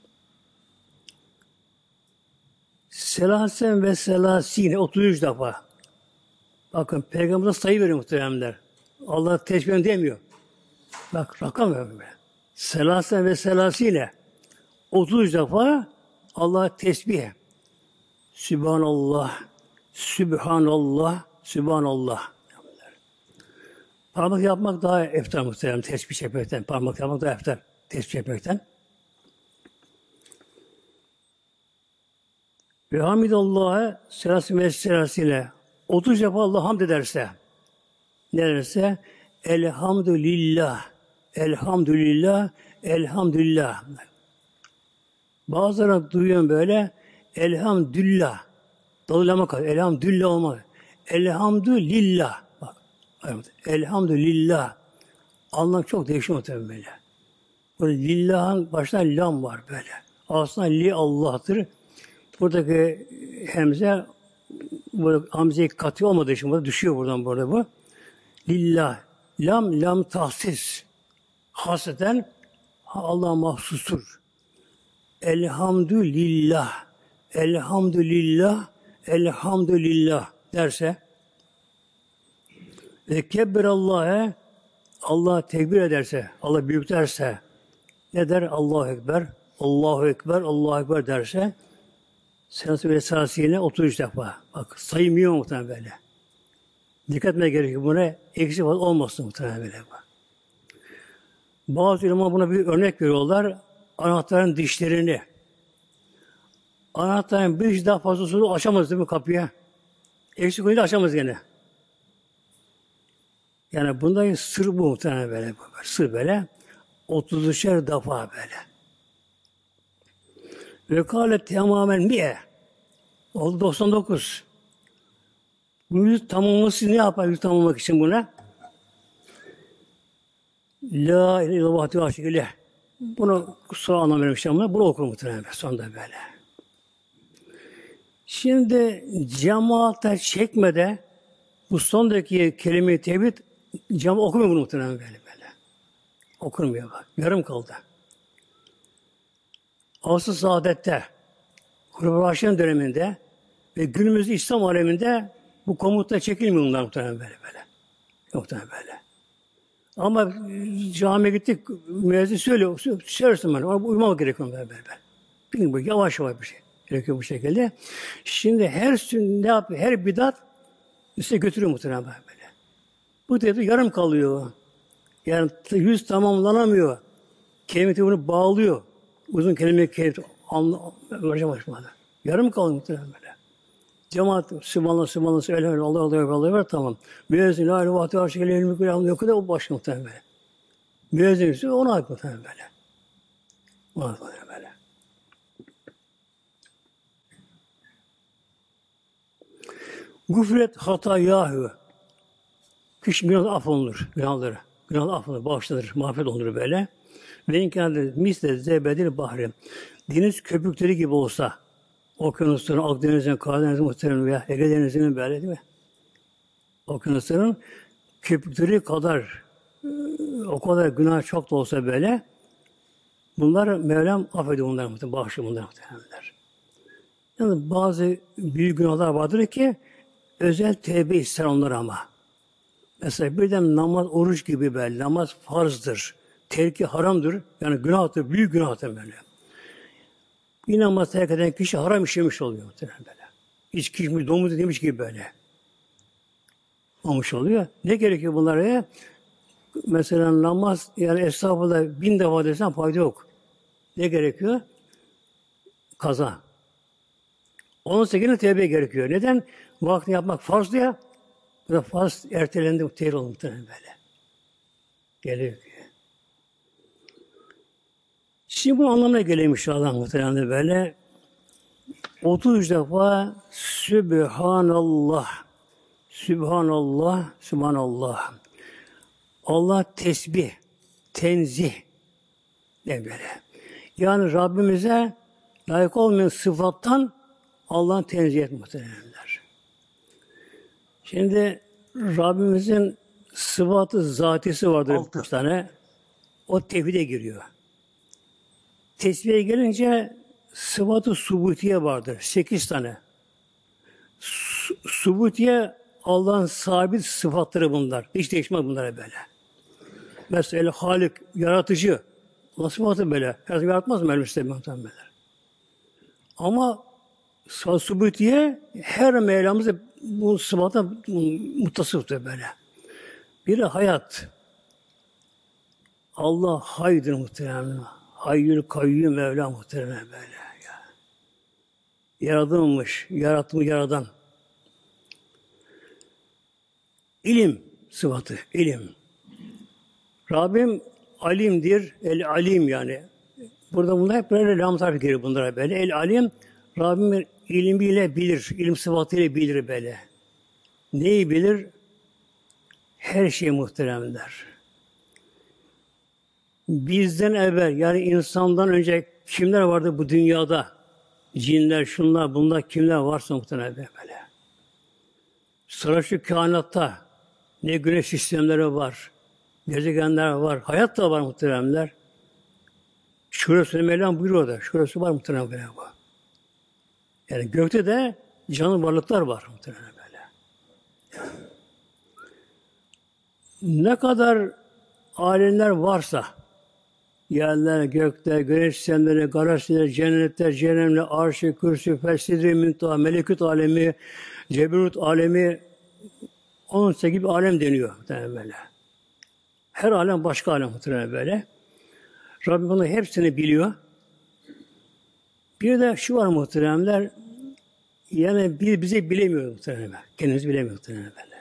Selasen ve selasine 33 defa. Bakın Peygamber'e sayı veriyor muhteremler. Allah teşbih demiyor. Bak rakam veriyor. Selasen ve selasine 33 defa Allah tesbih. Sübhanallah, Sübhanallah, Sübhanallah. Parmak yapmak daha eftar muhtemelen tesbih çekmekten. Parmak yapmak daha eftar tesbih çekmekten. Ve hamidallah'a selasine ve selasine 30 defa Allah hamd ederse ne derse elhamdülillah, elhamdülillah, elhamdülillah. Bazıları duyuyorum böyle elhamdülillah. Dalılama kadar. Elhamdülillah olmaz. Elhamdülillah. Bak. Elhamdülillah. Anlam çok değişiyor tabii böyle. Böyle lillah'ın başına lam var böyle. Aslında li Allah'tır. Buradaki hemze böyle hamzeyi katı olmadığı için burada düşüyor buradan burada bu. Lillah. Lam tahsis. Hasreten Allah'a mahsustur. Elhamdülillah. Elhamdülillah. Elhamdülillah derse ve kebbirallâhe Allah tekbir ederse, Allah büyük derse ne der? Allahu Ekber, Allahu Ekber, Allahu Ekber derse senası ve esasiyene 33 defa. Bak saymıyor muhtemelen böyle. Dikkat etmeye gerekiyor buna. Eksik olmasın muhtemelen böyle. Bazı ulema buna bir örnek veriyorlar. Anahtarın dişlerini. Anahtarın bir daha fazlasını açamaz değil mi kapıya? Eksik olunca açamaz gene. Yani bunda sır bu muhtemelen böyle. Sır böyle. 33'er defa böyle. Ve kâle tamamen mi'e. Oldu 99. Bu yüz tamamlaması ne yapar yüz tamamlamak için buna? La ilahe illallah ve aşıkile. Bunu sonra anlam vermiştim ama bunu okur muhtemelen sonunda böyle. Şimdi cemaate çekmede bu sondaki kelime-i tevhid cemaat okumuyor bunu muhtemelen böyle. Okunmuyor bak. Yarım kaldı. Asıl saadette Kurban Raşid'in döneminde ve günümüz İslam aleminde bu komutta çekilmiyor bunlar muhtemelen böyle. Muhtemelen böyle. Ama camiye gittik, müezzin söylüyor, söylersin bana, ama uyumamak gerekiyor böyle. Bilin bu yavaş bir şey gerekiyor bu şekilde. Şimdi ne yapıyor? Her bidat üstüne götürüyor muhtemelen böyle. Bu dedi yarım kalıyor. Yani yüz tamamlanamıyor. Kelime-i bunu bağlıyor. Uzun kelime-i anlaşılmaz. Yarım kalıyor muhtemelen böyle. Cemaat Sübhanallah, Sübhanallah, Elhamdülillah, Allah var tamam. Müezzin, la ilahe illallah, aşıkıyla ilmi kıyam yok da o başka muhtemelen böyle. Müezzin üstü ona ait muhtemelen böyle. Ona ait muhtemelen böyle. Gufret hatayâhü. Kişi günahı affolunur. Günahları affolunur, bağışlanır, mağfiret olunur böyle. Ve imkândır misle zebedil bahri. Deniz köpükleri gibi olsa okyanusların, Akdeniz'in, Karadeniz'in muhtemelen veya Ege Denizi'nin böyle değil mi? Okyanusların köpükleri kadar o kadar günah çok da olsa böyle bunlar Mevlam affediyor bunları muhtemelen, bağışlıyor bunları muhtemelenler. Yani bazı büyük günahlar vardır ki özel tevbe ister onlar ama. Mesela birden namaz, oruç gibi böyle. Namaz farzdır. Terki haramdır. Yani günahtır, büyük günahtır böyle. Bir namaz terk eden kişi haram işlemiş oluyor muhtemelen böyle. İçki içmiş, domuz demiş gibi böyle. Olmuş oluyor. Ne gerekiyor bunlara? Mesela namaz, yani estağfurullah 1000 defa desen fayda yok. Ne gerekiyor? Kaza. 18'ine tevbe gerekiyor. Neden? Vaktini yapmak farz ya. Bu da farz ertelendi, tehir oldu muhtemelen böyle. Geliyor ki. Şimdi bu anlamına geliyor inşallah muhtemelen böyle. 30 defa Sübhanallah. Sübhanallah, Sübhanallah. Allah tesbih, tenzih ne böyle. Yani Rabbimize layık olmayan sıfattan Allah'ın tenzih et muhtemelenler. Şimdi Rabbimizin sıfatı zatisi vardır 6 tane. O tevhide giriyor. Tesbihe gelince sıfatı subutiye vardır. 8 tane. Subutiye Allah'ın sabit sıfatları bunlar. Hiç değişmez bunlara böyle. Mesela Halik, yaratıcı. Allah sıfatı böyle. Her zaman yaratmaz mı elbette muhtemelenler? Ama subutiye her Mevlamız bu sıfata muttasıftır böyle. Biri hayat. Allah haydır muhtemelen. Hayyül kayyum Mevla muhtemelen böyle. Ya. Yaratılmış, yaratımı yaradan. İlim sıfatı, ilim. Rabbim alimdir, el alim yani. Burada bunlar hep böyle lam tarifi geliyor bunlara böyle. El alim, Rabbim ilmiyle bilir, ilim sıfatıyla bilir böyle. Neyi bilir? Her şeyi muhteremler. Bizden evvel, yani insandan önce kimler vardı bu dünyada? Cinler, şunlar, bunlar kimler varsa muhterem böyle. Sıra şu kainatta ne güneş sistemleri var, gezegenler var, hayat da var muhteremler. Şurası Mevlam buyuruyor da, şurası var muhterem böyle bu. Yani gökte de canlı varlıklar var muhterem böyle. Ne kadar alemler varsa, yerler, gökler, güneş sistemleri, galaksiler, cennetler, cehennemler, arş-ı, kürsü, fessidri, müntaha, melekut alemi, ceberut alemi, 18 gibi alem deniyor böyle. Her alem başka alem böyle. Rabbim bunu hepsini biliyor. Bir de şu var muhteremler, yani bizi bilemiyor muhteremler. Kendimizi bilemiyor muhteremler böyle.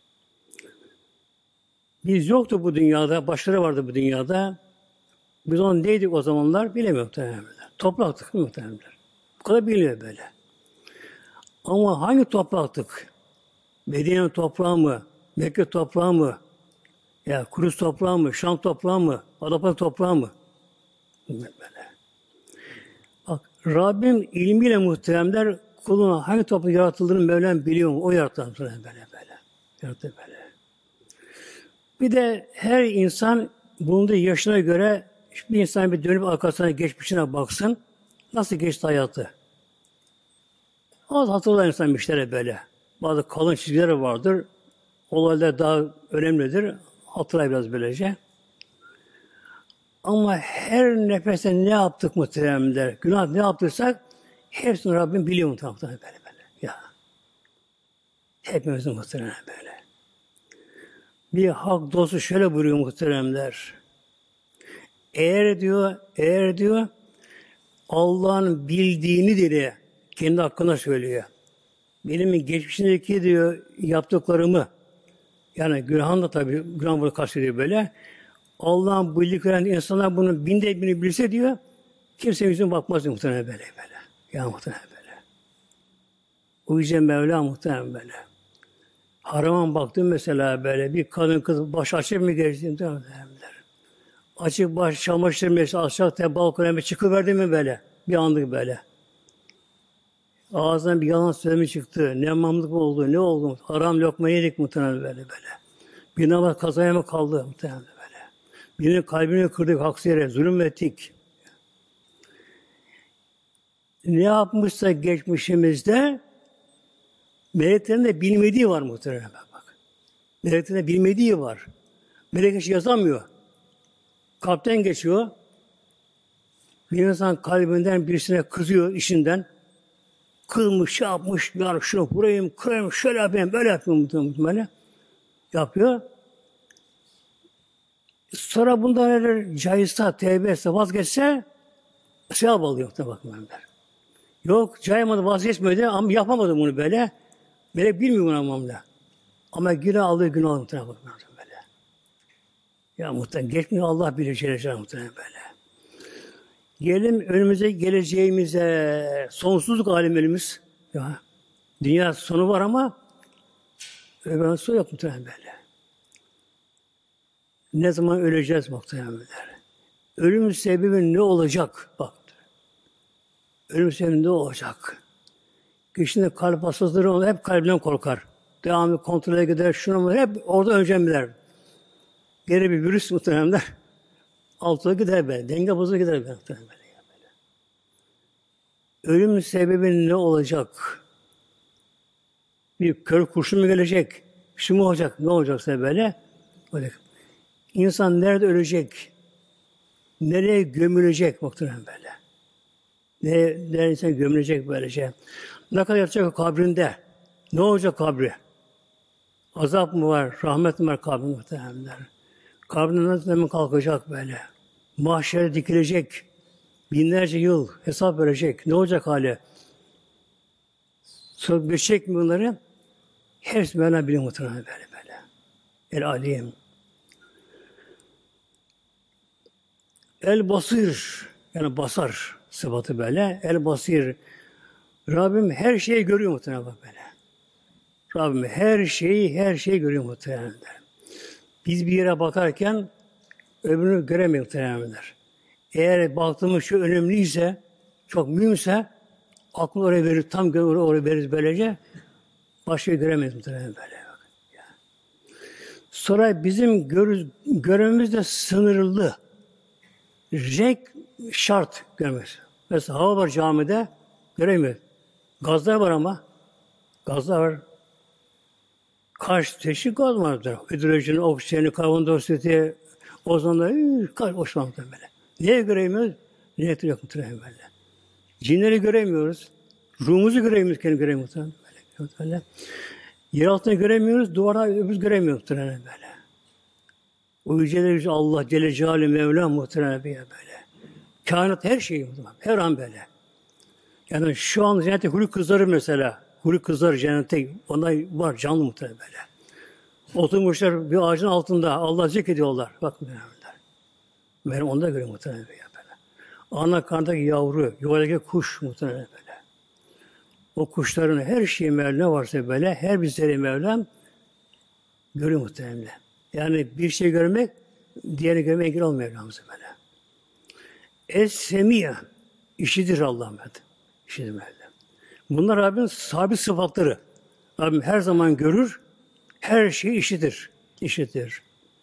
Biz yoktu bu dünyada, başları vardı bu dünyada. Biz onun neydik o zamanlar bilemiyor muhteremler. Topraktık muhteremler. Bu kadar biliyor böyle. Ama hangi topraktık? Medine toprağı mı? Mekke toprağı mı? Ya Kudüs toprağı mı? Şam toprağı mı? Adapazarı toprağı mı? Böyle. Bak Rabbim ilmiyle muhteremler kuluna hangi toprak yaratıldığını Mevlam biliyor mu? O yarattı böyle. Yarattı böyle. Bir de her insan bulunduğu yaşına göre bir insan bir dönüp arkasına geçmişine baksın. Nasıl geçti hayatı? Az hatırlar insan işlere böyle. Bazı kalın çizgiler vardır. Olaylar daha önemlidir. Hatırlar biraz böylece. Ama her nefeste ne yaptık muhteremler, günah ne yaptıysak hepsini Rabbim biliyor muhteremler böyle. Ya. Hepimizin muhteremler böyle. Bir hak dostu şöyle buyuruyor muhteremler. Eğer diyor Allah'ın bildiğini dile kendi hakkında söylüyor. Benim geçmişindeki diyor yaptıklarımı, yani günahın da tabii günah bunu kastediyor böyle. Allah'ın bildiklerini insanlar bunu binde birini bilse diyor, kimse yüzüne bakmaz muhtemelen böyle. Ya muhtemelen böyle. O yüzden Mevla muhtemelen böyle. Harama baktım mesela böyle bir kadın kız baş açık mı geçti derler. Açık baş çamaşır mesela aşağı balkona bir çıkıverdi mi böyle. Bir anlık böyle. Ağzından bir yalan söylemi çıktı. Ne mamlık oldu, ne oldu? Haram lokma yedik muhtemelen böyle. Bir namaz kazaya mı kaldı muhtemelen böyle. Birinin kalbini kırdık haksız yere, zulüm ettik. Ne yapmışsa geçmişimizde meleklerin de bilmediği var muhtemelen bak. Meleklerin de bilmediği var. Melek hiç yazamıyor. Kalpten geçiyor. Bir insan kalbinden birisine kızıyor işinden. Kızmış, şey yapmış, yani şunu vurayım, kırayım, şöyle yapayım, böyle yapayım muhtemelen. Yapıyor. Sonra bundan eğer caizse, tevbe etse, vazgeçse sevap alıyor muhtemelen. Yok, caymadı, vazgeçmedi ama yapamadı bunu böyle. Melek bilmiyor bunu amamla. Ama yine aldığı günah muhtemelen böyle. Ya muhtemelen geçmiyor Allah bilir muhtemelen böyle. Gelelim önümüze geleceğimize sonsuzluk alemimiz. Ya, dünya sonu var ama öbür sonu yok muhtemelen böyle. Ne zaman öleceğiz muhtemelen böyle. Ölüm sebebi ne olacak? Bak. Ölüm sebebi ne olacak? Kişinin kalp hastaları hep kalbinden korkar. Devamlı kontrole gider, şunu mu? Hep orada öncemeler. Geri bir virüs muhtemelen altıda gider böyle. Denge bozu gider böyle. Ölüm sebebi ne olacak? Bir kör kurşun mu gelecek? Şu mu olacak? Ne olacaksa böyle? Öyle. İnsan nerede ölecek? Nereye gömülecek muhtemelen böyle? Nereye insan gömülecek böylece? Ne kadar yatacak kabrinde? Ne olacak kabri? Azap mı var? Rahmet mi var kabrinde muhtemelen? Kabrinden nasıl hemen kalkacak böyle? Mahşere dikilecek. Binlerce yıl hesap verecek. Ne olacak hali? Sonra geçecek mi bunları? Hepsi bana biliyor muhtemelen böyle. El alim. El basir. Yani basar sıfatı böyle. El basir. Rabbim her şeyi görüyor muhtemelen böyle. Rabbim her şeyi görüyor muhtemelen. Biz bir yere bakarken öbürünü göremiyor muhtemelen. Eğer baktığımız şu önemliyse, çok mühimse aklı oraya verir, tam oraya veririz böylece başka göremeyiz muhtemelen böyle. Sonra bizim görevimiz de sınırlı. Renk şart görmez. Mesela hava var camide, göremiyor. Gazlar var ama. Gazlar var. Kaç çeşit gaz vardır. Hidrojen, oksijeni, karbondioksiti, ozonla, kaç hoşlanmış böyle. Niye göremiyoruz? Niye yok muhtemelen böyle. Cinleri göremiyoruz. Ruhumuzu göremiyoruz, kendini göremiyoruz. Böyle. Yer altını göremiyoruz, duvarda öbür göremiyoruz muhtemelen böyle. O yüceler Allah Celle Celaluhu Mevla muhtemelen böyle. Kainat her şeyi muhtemelen. Her an böyle. Yani şu an cennette huri kızları mesela. Huri kızları cennette onlar var canlı muhtemelen böyle. Oturmuşlar bir ağacın altında. Allah zikrediyorlar. Bak muhtemelen. Ben onda göre muhtemelen böyle. Ana karnındaki yavru, yuvadaki kuş muhtemelen böyle. O kuşların her şeyi Mevlam varsa böyle, her bir zerre Mevlam görüyor muhtemelen. Yani bir şey görmek, diğerini görmek engel olmuyor Mevlam'ıza böyle. Es-Semiye, işidir Allah'ım. İşidir Mevlam. Bunlar Rabbinin sabit sıfatları. Rabbim her zaman görür, her şeyi işitir. İşitir.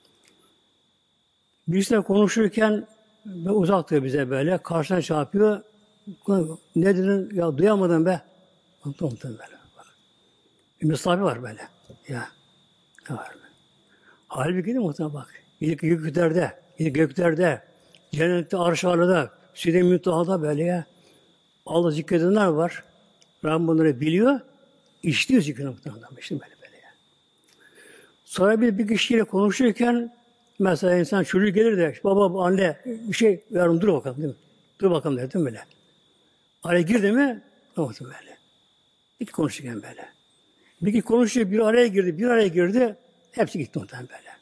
Birisiyle konuşurken uzak duruyor bize böyle, karşına çarpıyor. Ne dedin? Ya duyamadım be. Unuttum böyle. Bir misafir var böyle. Ya. Ne var böyle? Halbuki de muhtemelen bak. İlk göklerde, cennette, arşarlıda, Sidem-i Münteha'da böyle ya. Allah zikredenler var. Rabbim bunları biliyor. İşliyor zikrini muhtemelen. İşte böyle ya. Sonra bir kişiyle konuşurken mesela insan çocuğu gelir de baba, anne bir şey yarın dur bakalım değil mi? Dur bakalım der değil mi böyle? Araya girdi mi? Ne oldu böyle? İki konuşurken böyle. Bir iki konuşuyor, bir araya girdi. Hepsi gitti muhtemelen böyle.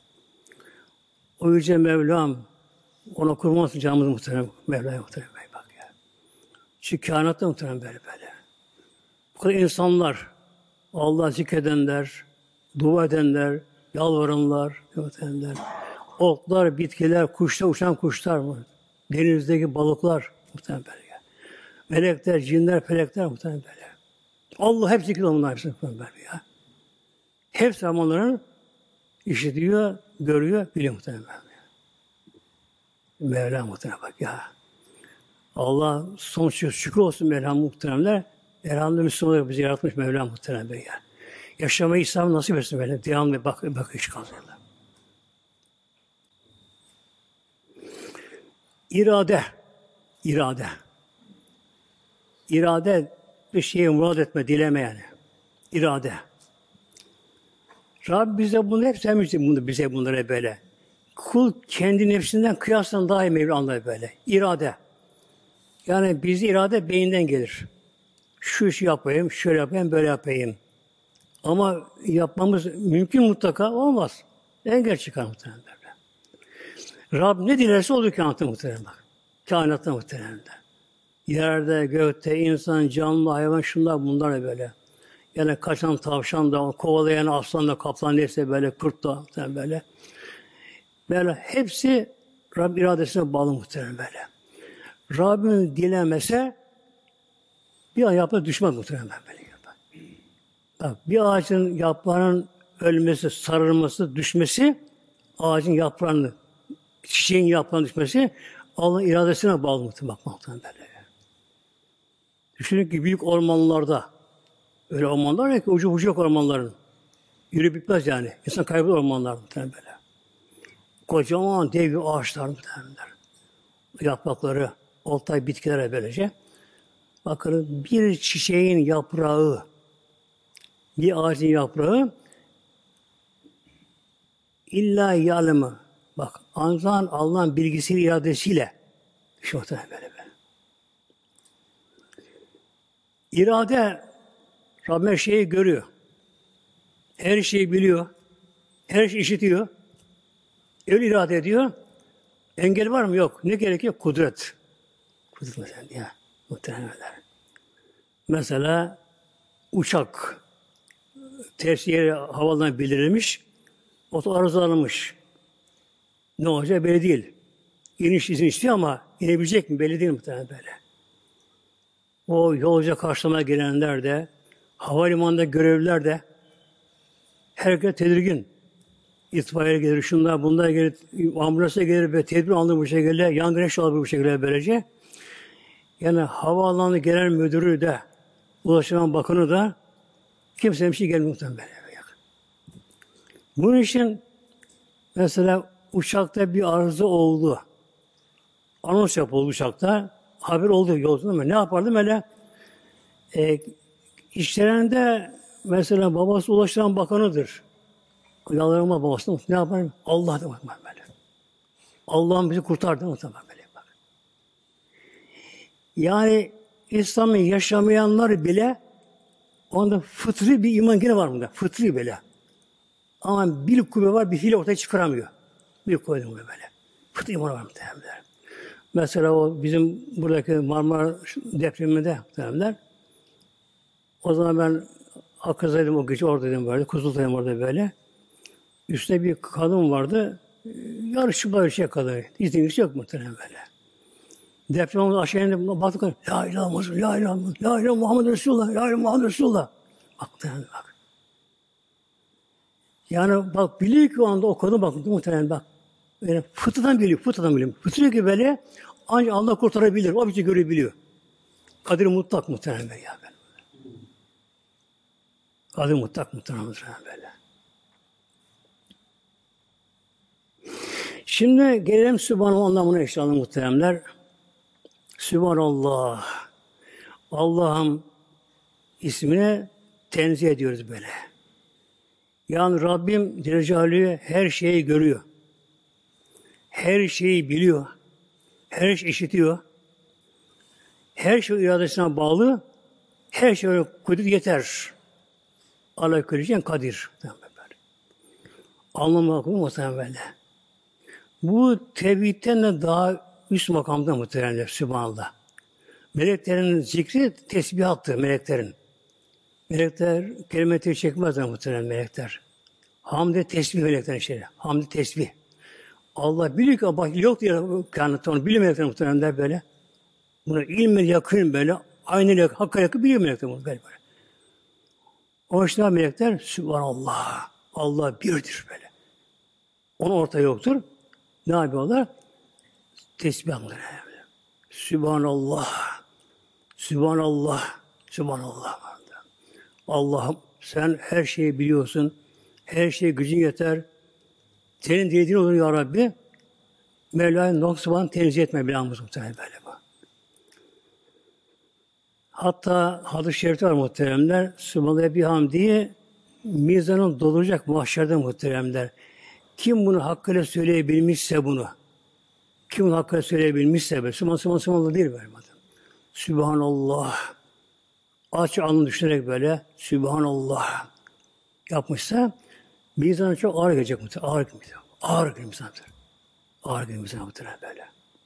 O yüce Mevlam ona kurban canımız muhtemelen Mevla'ya muhtemelen bak ya. Şu kainatta muhtemelen böyle. Bu kadar insanlar, Allah zikredenler, dua edenler, yalvaranlar, muhtemelen. Otlar, bitkiler, kuşlar, uçan kuşlar mı? Denizdeki balıklar muhtemelen böyle. Melekler, cinler, felekler muhtemelen böyle. Allah hepsi zikriyor onlar hepsi muhtemelen böyle ya. Hepsi onların işitiyor, görüyor, biliyor muhtemelen. Mevla muhtemelen bak ya. Allah sonsuz şükür olsun Mevla muhteremler. Elhamdülillah Müslüman olarak bizi yaratmış Mevla muhterem böyle ya. Yaşamayı İslam nasip etsin böyle. Devamlı bak iş kalsınlar. İrade bir şeye murad etme, dileme yani. İrade. Rabb bize bunu hep sevmişti bize bunları böyle. Kul kendi nefsinden kıyaslan daha iyi Mevla anlar böyle. İrade. Yani bizi irade beyinden gelir. Şu işi yapayım, şöyle yapayım, böyle yapayım. Ama yapmamız mümkün mutlaka olmaz. Engel çıkar muhtemelen böyle. Rab ne dilerse olur kainatta muhtemelen bak. Kainatta muhtemelen. Yerde, gökte, insan, canlı, hayvan, şunlar bunlar da böyle. Yani kaçan tavşan da, kovalayan aslan da, kaplan neyse böyle, kurt da böyle. Böyle hepsi Rab iradesine bağlı muhtemelen böyle. Rabbim dilemese bir an yaprağı düşmez muhtemelen böyle. Bak, bir ağacın yaprağının ölmesi, sarılması, düşmesi, ağacın yaprağının, çiçeğin yaprağının düşmesi Allah'ın iradesine bağlı muhtemelen böyle. Düşünün ki büyük ormanlarda, öyle ormanlar ya ki ucu yok ormanların. Yürü bitmez yani. İnsan kaybolur ormanlar muhtemelen böyle. Kocaman dev bir ağaçlar muhtemelen. Yaprakları, oltay bitkilere böylece. Bakın bir çiçeğin yaprağı, bir ağacın yaprağı illa yalımı. Bak Allah'ın bilgisiyle, iradesiyle. Şu muhtemelen böyle. İrade Rabbim her şeyi görüyor. Her şeyi biliyor. Her şeyi işitiyor. Öyle irade ediyor. Engel var mı? Yok. Ne gerekiyor? Kudret. Kudret mesela ya. Muhtemelenler. Mesela uçak tersi yere havadan bildirilmiş. Oto arızalanmış. Ne olacak belli değil. İniş izin istiyor ama inebilecek mi? Belli değil muhtemelen böyle. O yolcu karşılamaya gelenler de, havalimanında görevliler de herkes tedirgin. İtfaiye gelir, şunlar bunlar gelir, ambulansa gelir ve tedbir alınır bu şekilde, yangın eşya alır bu şekilde böylece. Yani havaalanı genel müdürü de, Ulaştırma Bakanı da kimsenin bir şey gelmiyor muhtemelen böyle. Bunun için mesela uçakta bir arıza oldu. Anons yapıldı uçakta. Haber oldu yolculuğunda ama ne yapardım öyle? İşlerinde mesela babası Ulaştırma Bakanı'dır. Yalvarma babasına ne yapar? Allah da bakmaz böyle. Allah'ım bizi kurtardı muhtemelen böyle. Bak. Yani İslam'ı yaşamayanlar bile onda fıtri bir iman gene var bunda. Fıtri böyle. Ama bir kuvve var, bir hile ortaya çıkaramıyor. Bir kuvve böyle. Fıtri iman var muhtemelen. Mesela o bizim buradaki Marmara depreminde muhtemelen. O zaman ben Akkız'daydım o gece oradaydım böyle. Kuzul'daydım orada böyle. Üstüne bir kadın vardı. Yarışı barışık kadın. İznimiz yok muhtemelen böyle. Deprem oldu aşağı indim. Baktık. La ilahe illallah, la ilahe illallah, la ilahe Muhammed Resulullah, la ilahe Muhammed Resulullah. Bak. Yani bak biliyor ki o anda o kadın bak muhtemelen bak. Yani fıtıdan biliyor. Fıtıyor ki böyle ancak Allah kurtarabilir. O bir şey görebiliyor. Kadir mutlak muhtemelen böyle. Kadir mutlak muhtemelen böyle. Şimdi gelelim Sübhanallah anlamına inşallah muhteremler. Sübhanallah. Allah'ım ismine tenzih ediyoruz böyle. Yani Rabbim Celle Celaluhu her şeyi görüyor. Her şeyi biliyor. Her şeyi işitiyor. Her şey iradesine bağlı. Her şey kudret yeter. Allah külli kadir. Anlamı bakımı muhtemelen böyle. Bu tevhidten de daha üst makamda muhtemelen Sübhanallah. Meleklerin zikri tesbihattır meleklerin. Melekler kelime-i çekmezler muhtemelen melekler. Hamd-i tesbih meleklerin şeyleri. Hamd-i tesbih. Allah biliyor ki bak yok diye kainatta onu biliyor melekler muhtemelen böyle. Buna ilmi yakın böyle. Aynı hakka yakın biliyor melekler böyle. O yüzden melekler Sübhanallah. Allah birdir böyle. Onun ortaya yoktur. Ne yapıyorlar? Tesbih alırlar. Sübhanallah. Sübhanallah. Sübhanallah. Allah'ım sen her şeyi biliyorsun. Her şeye gücün yeter. Senin dediğin olur ya Rabbi. Mevla'yı noksan tenzih etme bilamız muhtemelen böyle bu. Hatta hadis-i şerifte var muhteremler. Sübhanallah bihamdihi mizanın dolacak mahşerde muhteremler. Kim bunu hakkıyla söyleyebilmişse bunu. Kim bunu hakkıyla söyleyebilmişse böyle. Sübhanallah değil böyle. Sübhanallah. Aç alnını düşünerek böyle. Sübhanallah. yapmışsa bir insana çok ağır gelecek muhtemelen. Ağır gelecek. Ağır gelecek misaftır. Ağır gelecek misaftır böyle.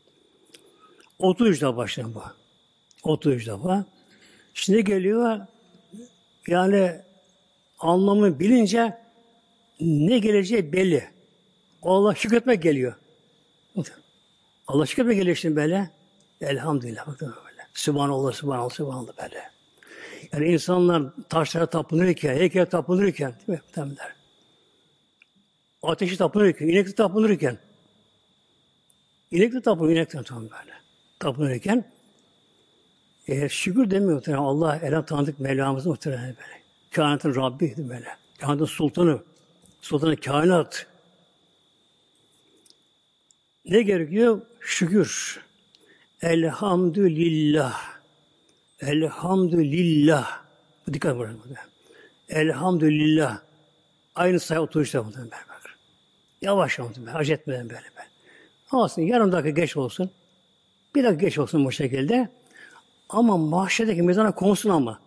33 defa başlayan bu. 33 defa. Şimdi geliyor yani anlamını bilince ne geleceği belli. Allah şükretmek geliyor. Allah şükretmek geliyor şimdi böyle. Elhamdülillah. Bakın böyle. Sübhanallah, Sübhanallah, Sübhanallah böyle. Yani insanlar taşlara tapınırken, heykele tapınırken, değil mi? Muhtemelenler. Ateşi tapınırken, inekli tapınırken, inekli tapınırken böyle. Tapınırken, şükür demiyor muhtemelen. Allah elham tanıdık Mevlamızı muhtemelen böyle. Kainatın Rabbi'ydi böyle. Kainatın sultanı. Sultanı kainat. Ne gerekiyor? Şükür. Elhamdülillah. Elhamdülillah. Dikkat bırakın. Elhamdülillah. Aynı sayı oturuşta muhtemelen böyle. Yavaş muhtemelen. Acele etmeden böyle. Olsun. Yarım dakika geç olsun. Bir dakika geç olsun bu şekilde. Ama mahşerdeki mezana konsun ama.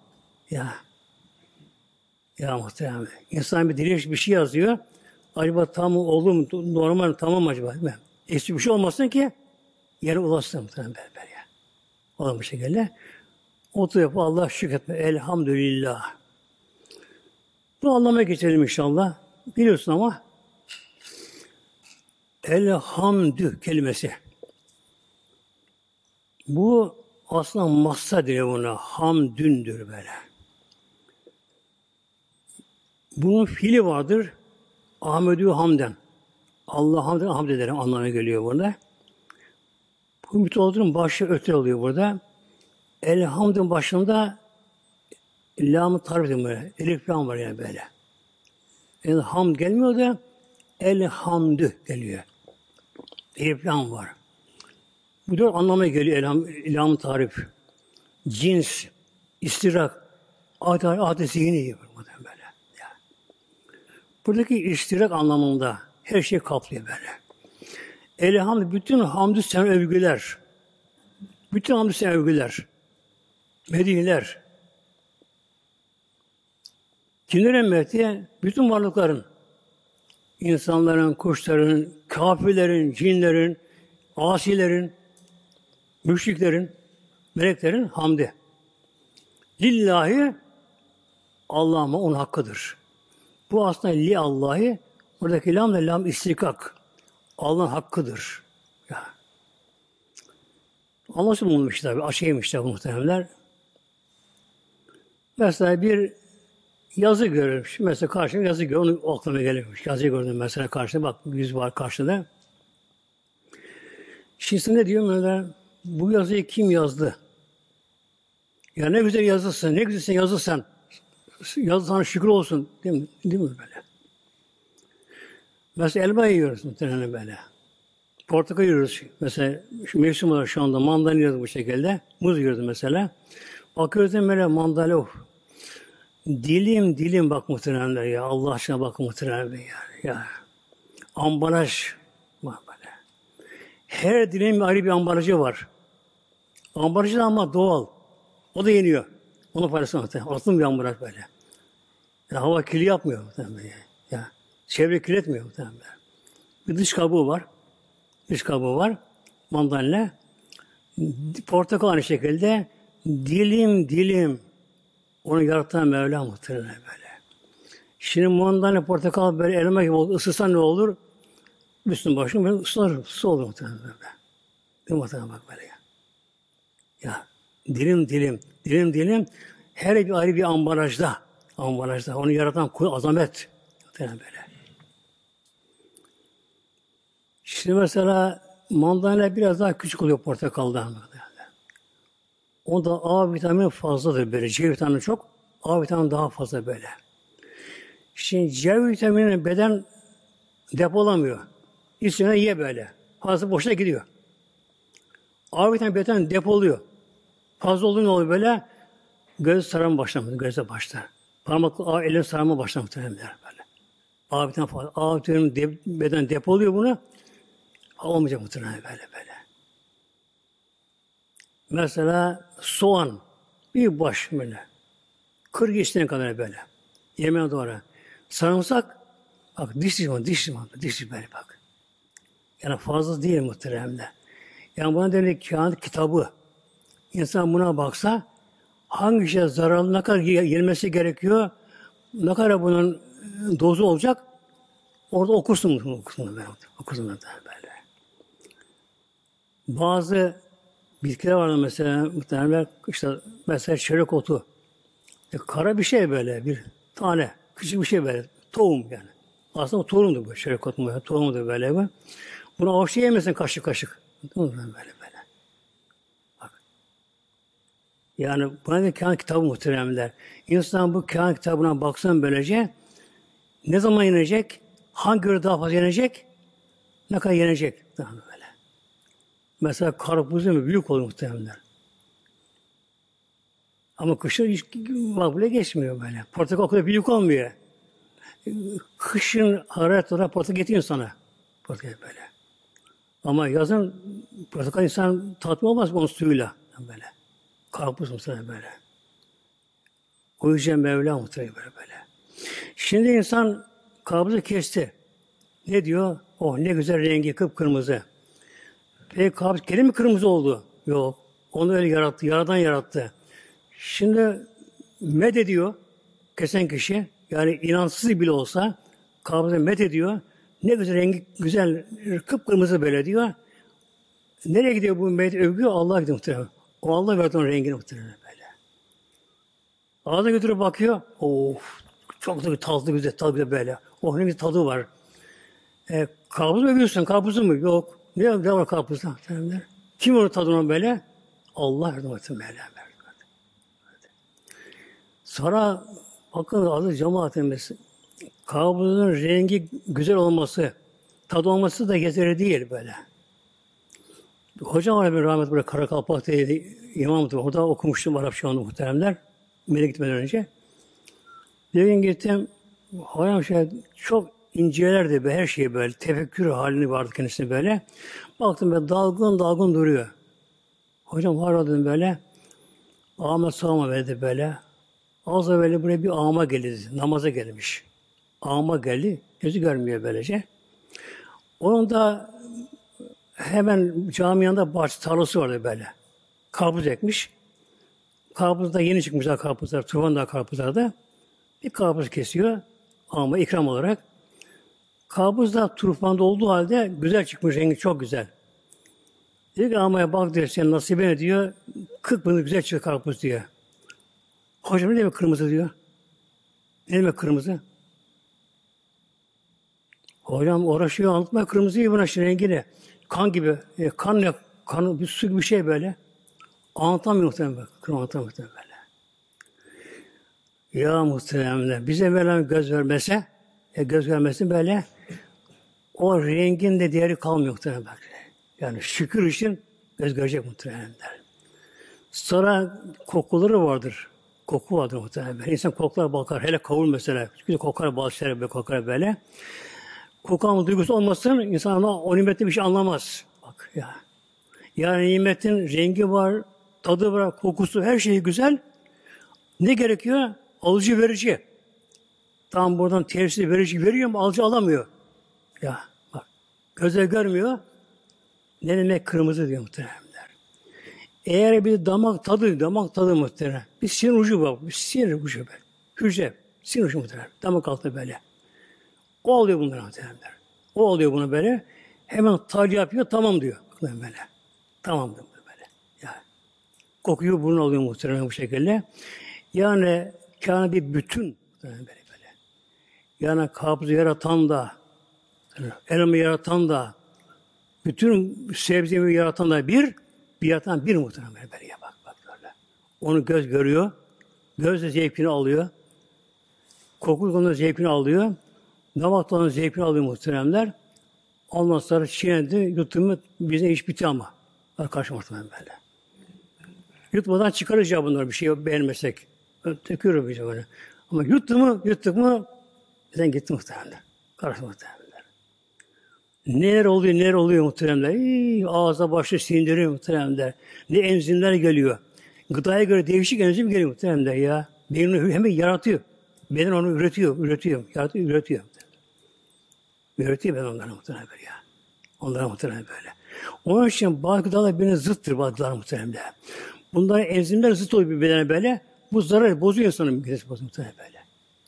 Ya muhtemelen. İnsan bir dilek bir şey yazıyor. Acaba tam olur mu? Normal tamam mı acaba? Eksik bir şey olmasın ki yere ulaşsın muhtemelen böyle. Olan bu şekilde. Oturup Allah şükretme. Elhamdülillah. Bu anlama geçelim inşallah. Biliyorsun ama elhamdü kelimesi. Bu aslında mastar diyor buna. Hamdündür böyle. Bunun fiili vardır. Ahmedü hamden. Allah hamd ederim anlamına geliyor burada. Bu mütevazirin başı öte oluyor burada. Elhamdün başında lam-ı tarif ediyor böyle. Elif lam var yani böyle. Yani hamd gelmiyor da elhamdü geliyor. Elif lam var. Bu dört anlamına geliyor lam-ı tarif. Cins, istirak, adet zihni gibi böyle. Yani. Buradaki istirak anlamında her şey kaplıyor böyle. Elhamdü bütün hamdü sen övgüler. Bütün hamdü sen övgüler. Medihler. Kimlerin mehdi? Bütün varlıkların, insanların, kuşların, kafirlerin, cinlerin, asilerin, müşriklerin, meleklerin hamdi. Lillahi Allah'ıma onun hakkıdır. Bu aslında li Allah'ı, buradaki lam da lam istikak. Allah'ın hakkıdır. Ya. Anlaşılmamış tabi, açıymış tabi muhtemelenler. Mesela bir yazı görürüm. Mesela karşımda yazı görüyorum. Onun aklıma geliyormuş. Yazı gördüm mesela karşıda. Bak yüz var karşıda. Şimdi ne diyor böyle? Bu yazıyı kim yazdı? Ya ne güzel yazısın. Ne güzel yazırsan. Yazı sana şükür olsun. Değil mi böyle? Mesela elma yiyoruz muhtemelen böyle. Portakal yiyoruz. Mesela şu mevsim var şu anda. Mandalina yiyoruz bu şekilde. Muz yiyoruz mesela. Bakıyoruz böyle mandalina. Dilim bak muhteremler ya. Allah aşkına bak muhteremler ya. Ambalaj bak böyle. Her dilim ayrı bir ambalajı var. Ambalajı da ama doğal. O da yeniyor. Onun parası muhtemelen. Altın bir ambalaj böyle. Ya, hava kirli yapmıyor muhtemelen ya. Çevre kirletmiyor muhtemelen. Bir dış kabuğu var. Dış kabuğu var. Mandalina. Portakal aynı şekilde. Dilim. Onu yaratan Mevla muhtemelen böyle. Şimdi mandalina, portakal böyle elma gibi oldu. Isırsan ne olur? Üstün başını böyle ısınır. Su olur muhtemelen böyle. Değil mi muhtemelen bak böyle ya. Ya dilim. Her bir ayrı bir ambalajda. Onu yaratan azamet. Muhtemelen böyle. Şimdi mesela mandalina biraz daha küçük oluyor portakaldan. Onda A vitamini fazladır böyle. C vitamini çok. A vitamini daha fazla böyle. Şimdi C vitaminini beden depolamıyor. İçine ye böyle. Fazla boşuna gidiyor. A vitamini beden depoluyor. Fazla olduğu ne oluyor böyle? Göz sarama başlamıyor. Göze başlar. Parmakla elin sarama başlamıyor. Böyle. A vitamini fazla. A vitamini beden depoluyor bunu. Olmayacak muhtemelen böyle. Mesela soğan bir baş böyle. 40 geçtiğine kadar böyle. Yemeğe doğru. Sarımsak, bak diş böyle bak. Yani fazla değil muhteremler. Yani buna denir kâhınt kitabı. İnsan buna baksa hangi şey zararlı, ne kadar yenmesi gerekiyor, ne kadar bunun dozu olacak, orada okursun böyle. Bazı bitkiler var mesela muhtemelen işte mesela çörek otu. Kara bir şey böyle bir tane küçük bir şey böyle tohum yani. Aslında tohumdur bu çörek otu mu? Tohumdur böyle bu. Bunu avuçta yemesin kaşık kaşık. Böyle. Bak. Yani buna da kâhınt kitabı muhteremler. İnsan bu kâhınt kitabına baksın böylece ne zaman yenecek? Hangi göre daha fazla yenecek? Ne kadar yenecek? Daha böyle. Mesela karpuz değil mi? Büyük olur muhtemelen. Ama kışın hiç makbule geçmiyor böyle. Portakal o kadar büyük olmuyor. Kışın hararet olarak portakal getiriyor sana. Portakal böyle. Ama yazın portakal insan tatlı olmaz onun suyuyla. Böyle. Karpuz muhtemelen böyle. O yüzden Mevla muhtemelen böyle. Şimdi insan karpuzu kesti. Ne diyor? Oh ne güzel rengi kıpkırmızı. Peki karpuz gene mi kırmızı oldu? Yok. Onu öyle yarattı. Yaradan yarattı. Şimdi med ediyor kesen kişi. Yani inansız bile olsa karpuzu med ediyor. Ne güzel rengi güzel kıpkırmızı böyle diyor. Nereye gidiyor bu med övgü? Allah'a gidiyor muhtemelen. O Allah verdi onun rengini muhtemelen böyle. Ağzına götürüp bakıyor. Of çok da tatlı güzel tadı güzel böyle. Oh ne bir tadı var. Karpuz mu övüyorsun? Karpuzu mu? Yok. Ne var karpuzda? Kim onun tadına böyle? Allah yardım etsin böyle. Sonra bakın aziz cemaatimiz karpuzun rengi güzel olması, tadı olması da yeterli değil böyle. Hocam var bir rahmet böyle Karakalpak diye imamdı. Orada okumuştum Arapça onu muhteremler. Mele gitmeden önce. Bir gün gittim. Hocam çok incelerdi be her şeyi böyle. Tefekkür halini vardı kendisine böyle. Baktım ben dalgın duruyor. Hocam var dedim böyle. Ahmet Sağma verdi böyle. Az evvel buraya bir ağama geldi. Namaza gelmiş. Ağama geldi. Gözü görmüyor böylece. Onun da hemen cami yanında bahçe tarlası vardı böyle. Karpuz ekmiş. Karpuz da yeni çıkmışlar karpuzlar. Tufan da karpuzlarda. Bir karpuz kesiyor. Ağama ikram olarak. Karpuz da turfanda olduğu halde güzel çıkmış. Rengi çok güzel. Diyor ki ağamaya bak diyor. Senin nasibine diyor. 40 bin güzel çıktı karpuz diyor. Hocam ne demek kırmızı diyor. Ne demek kırmızı? Hocam uğraşıyor anlatma kırmızıyı buna şimdi rengini. Kan gibi. Kan ne? Kan bir su gibi bir şey böyle. Anlatamıyor muhtemelen. Anlatamıyor böyle. Ya muhtemelen. Bize Mevlam göz vermese göz vermesin böyle o rengin de değeri kalmıyor muhtemelen. Yani şükür için göz görecek muhtemelen. Sonra kokuları vardır. Koku vardır muhtemelen. İnsan koklar bakar. Hele kavun mesela. Çünkü kokar bazı şeyler böyle kokar böyle. Kokan duygusu olmasın insan o nimette bir şey anlamaz. Bak ya. Yani nimetin rengi var, tadı var, kokusu her şey güzel. Ne gerekiyor? Alıcı verici. Tam buradan tefsir verici veriyor ama alıcı alamıyor. Ya bak. Göze görmüyor. Ne demek kırmızı diyor muhteremler. Eğer bir damak tadı muhterem. Bir sinir ucu var. Bir sinir ucu böyle. Hücre. Sinir ucu muhterem. Damak altı böyle. O alıyor bunları muhteremler. O alıyor bunu böyle. Hemen tac yapıyor. Tamam diyor. Böyle. Tamam diyor böyle. Yani. Kokuyu burnu alıyor muhterem bu şekilde. Yani kâhâne bir bütün böyle. Yani karpuzu yaratan da elma yaratan da bütün sebzeyi yaratan da bir yaratan bir muhtemelen böyle bak böyle. Onu göz görüyor. Göz de zevkini alıyor. Koku onun zevkini alıyor. Damak da onun zevkini alıyor muhteremler. Ondan sonra çiğnendi, yutumu bize iş bitiyor ama. Karşı muhtemelen böyle. Yutmadan çıkaracağız bunları bir şey beğenmesek. Döküyoruz bize böyle. Ama yuttuk mu bizden gitti muhtemelen. Karşı muhtemelen. Neler oluyor muhteremler. Ağza başı sindiriyor muhteremler. Ne enzimler geliyor. Gıdaya göre değişik enzim geliyor muhteremler ya. Beyni hemen yaratıyor. Beden onu üretiyor. Yaratıyor, üretiyor. Üretiyor beden onlara muhtemelen böyle ya. Onlara muhtemelen böyle. Onun için bazı gıdalar birbirine zıttır bazı gıdalar muhtemelen. Bunların enzimler zıt oluyor bir bedene böyle. Bu zarar bozuyor insanın midesi bozuyor muhtemelen böyle.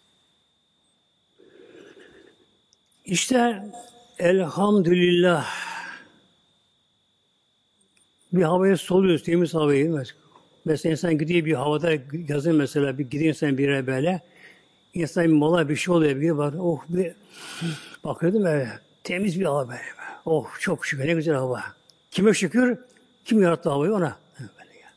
İşte elhamdülillah bir havayı soluyoruz, temiz havayı. Mesela insan gidiyor bir havada yazın mesela bir gidiyor insan bir yere böyle. İnsan bir mola bir şey oluyor bir bak oh bir bakıyordum öyle temiz bir hava böyle. Oh çok şükür ne güzel hava. Kime şükür? Kim yarattı havayı ona? Böyle ya.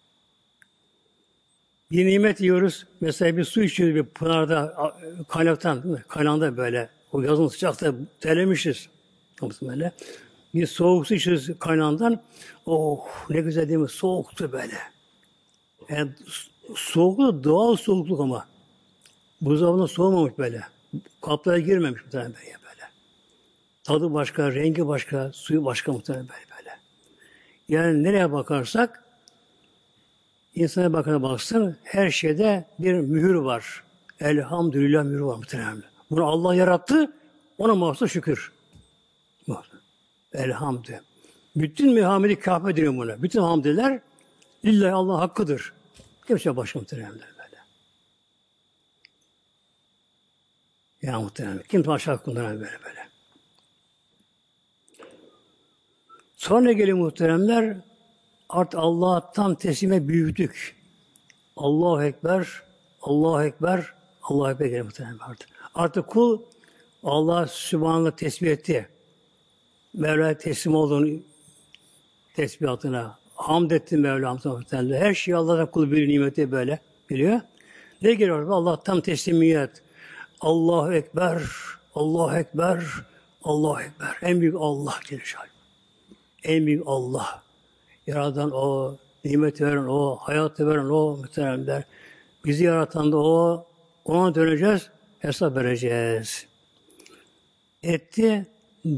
Bir nimet yiyoruz. Mesela bir su içiyoruz bir pınarda kaynaktan değil mi? Kaynağında böyle o yazın sıcakta terlemişiz. Böyle. Bir soğuk su içiyoruz kaynağından. Oh ne güzel değil mi? Soğuktu böyle. Yani soğukluk doğal soğukluk ama. Buzdolabına soğumamış böyle. Kaplara girmemiş muhtemelen böyle. Tadı başka, rengi başka, suyu başka muhtemelen böyle. Yani nereye bakarsak insana baksın her şeyde bir mühür var. Elhamdülillah mühür var muhtemelen. Bunu Allah yarattı, ona mahsus şükür. Elhamdülillah. Bütün mühamidi kâfe ediliyor buna. Bütün hamdiler lillahi Allah hakkıdır. Kimse başka muhtemelen böyle. Ya muhtemelen. Kimse başka hakkından böyle. Sonra geliyor muhteremler, artık Allah'a tam teslime büyüdük. Allahu Ekber, Allahu Ekber, Allahu Ekber geliyor muhteremler artık. Artık kul Allah'a Sübhanallah tesbih etti. Mevla'ya teslim olduğunu tesbihatına. Hamd etti Mevla'ya. Her şeyi Allah'tan kul bir nimeti böyle biliyor. Ne geliyor? Allah tam teslimiyet. Allahu Ekber, Allahu Ekber, Allahu Ekber. En büyük Allah gelir. En büyük Allah. Yaradan O, nimet veren O, hayatı veren O muhteremler. Bizi yaratan da O. Ona döneceğiz, hesap vereceğiz. Etti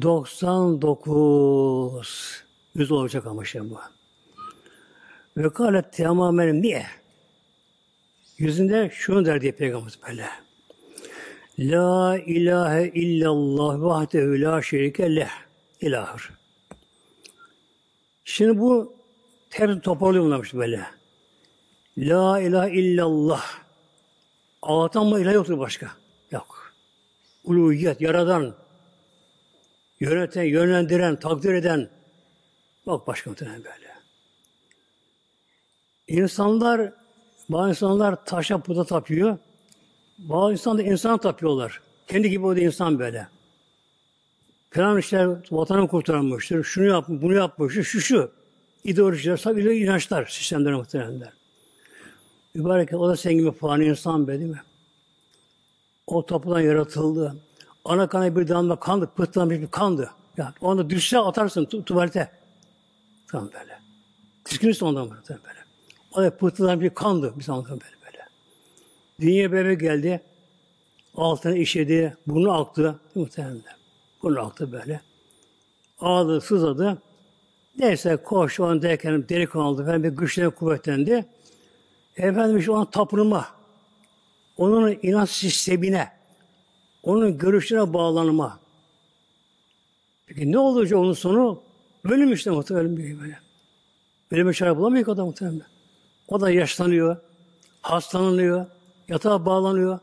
99. 100 olacak ama şimdi bu. Ve kâlet temamen niye? Yüzünde şunu der diye Peygamberimiz böyle. La ilahe illallah vahdehu la şerike leh. İlahır. Şimdi bu hepsini toparlıyorlarmış böyle. La ilahe illallah. Allah'tan mı ilah yoktur başka? Yok. Uluhiyet, yaradan, yöneten, yönlendiren, takdir eden. Bak başka muhtemelen böyle. Bazı insanlar taşa puta tapıyor. Bazı insanlar insan tapıyorlar. Kendi gibi o da insan böyle. Falan işte vatanı kurtarmıştır. Şunu yapmış, bunu yapmıştır. Şu. İdeolojiler, tabi inançlar, sistemler muhtemelenler. Mübarek o da sen gibi fani insan be değil mi? O tapudan yaratıldı. Ana kana bir damla kandı, pıhtılanmış bir kandı. Ya, onu düşse atarsın tuvalete. Tamam böyle. Tiskiniz ondan böyle. O da pıhtılanmış bir kandı. Bir zaman böyle. Dünya bebek geldi. Altına işedi, burnu aktı. Muhtemelen. Burnu aktı böyle. Ağladı, sızladı. Neyse koş, onu derken delikanlı oldu. Bir güçlerine kuvvetlendi. Efendim işte ona tapınma. Onun inanç sistemine, onun görüşlerine bağlanma. Peki ne olacak onun sonu? Ölüm işte muhtemelen böyle. Ölüme çare bulamıyor ki adam muhtemelen. O da yaşlanıyor, hastalanıyor, yatağa bağlanıyor.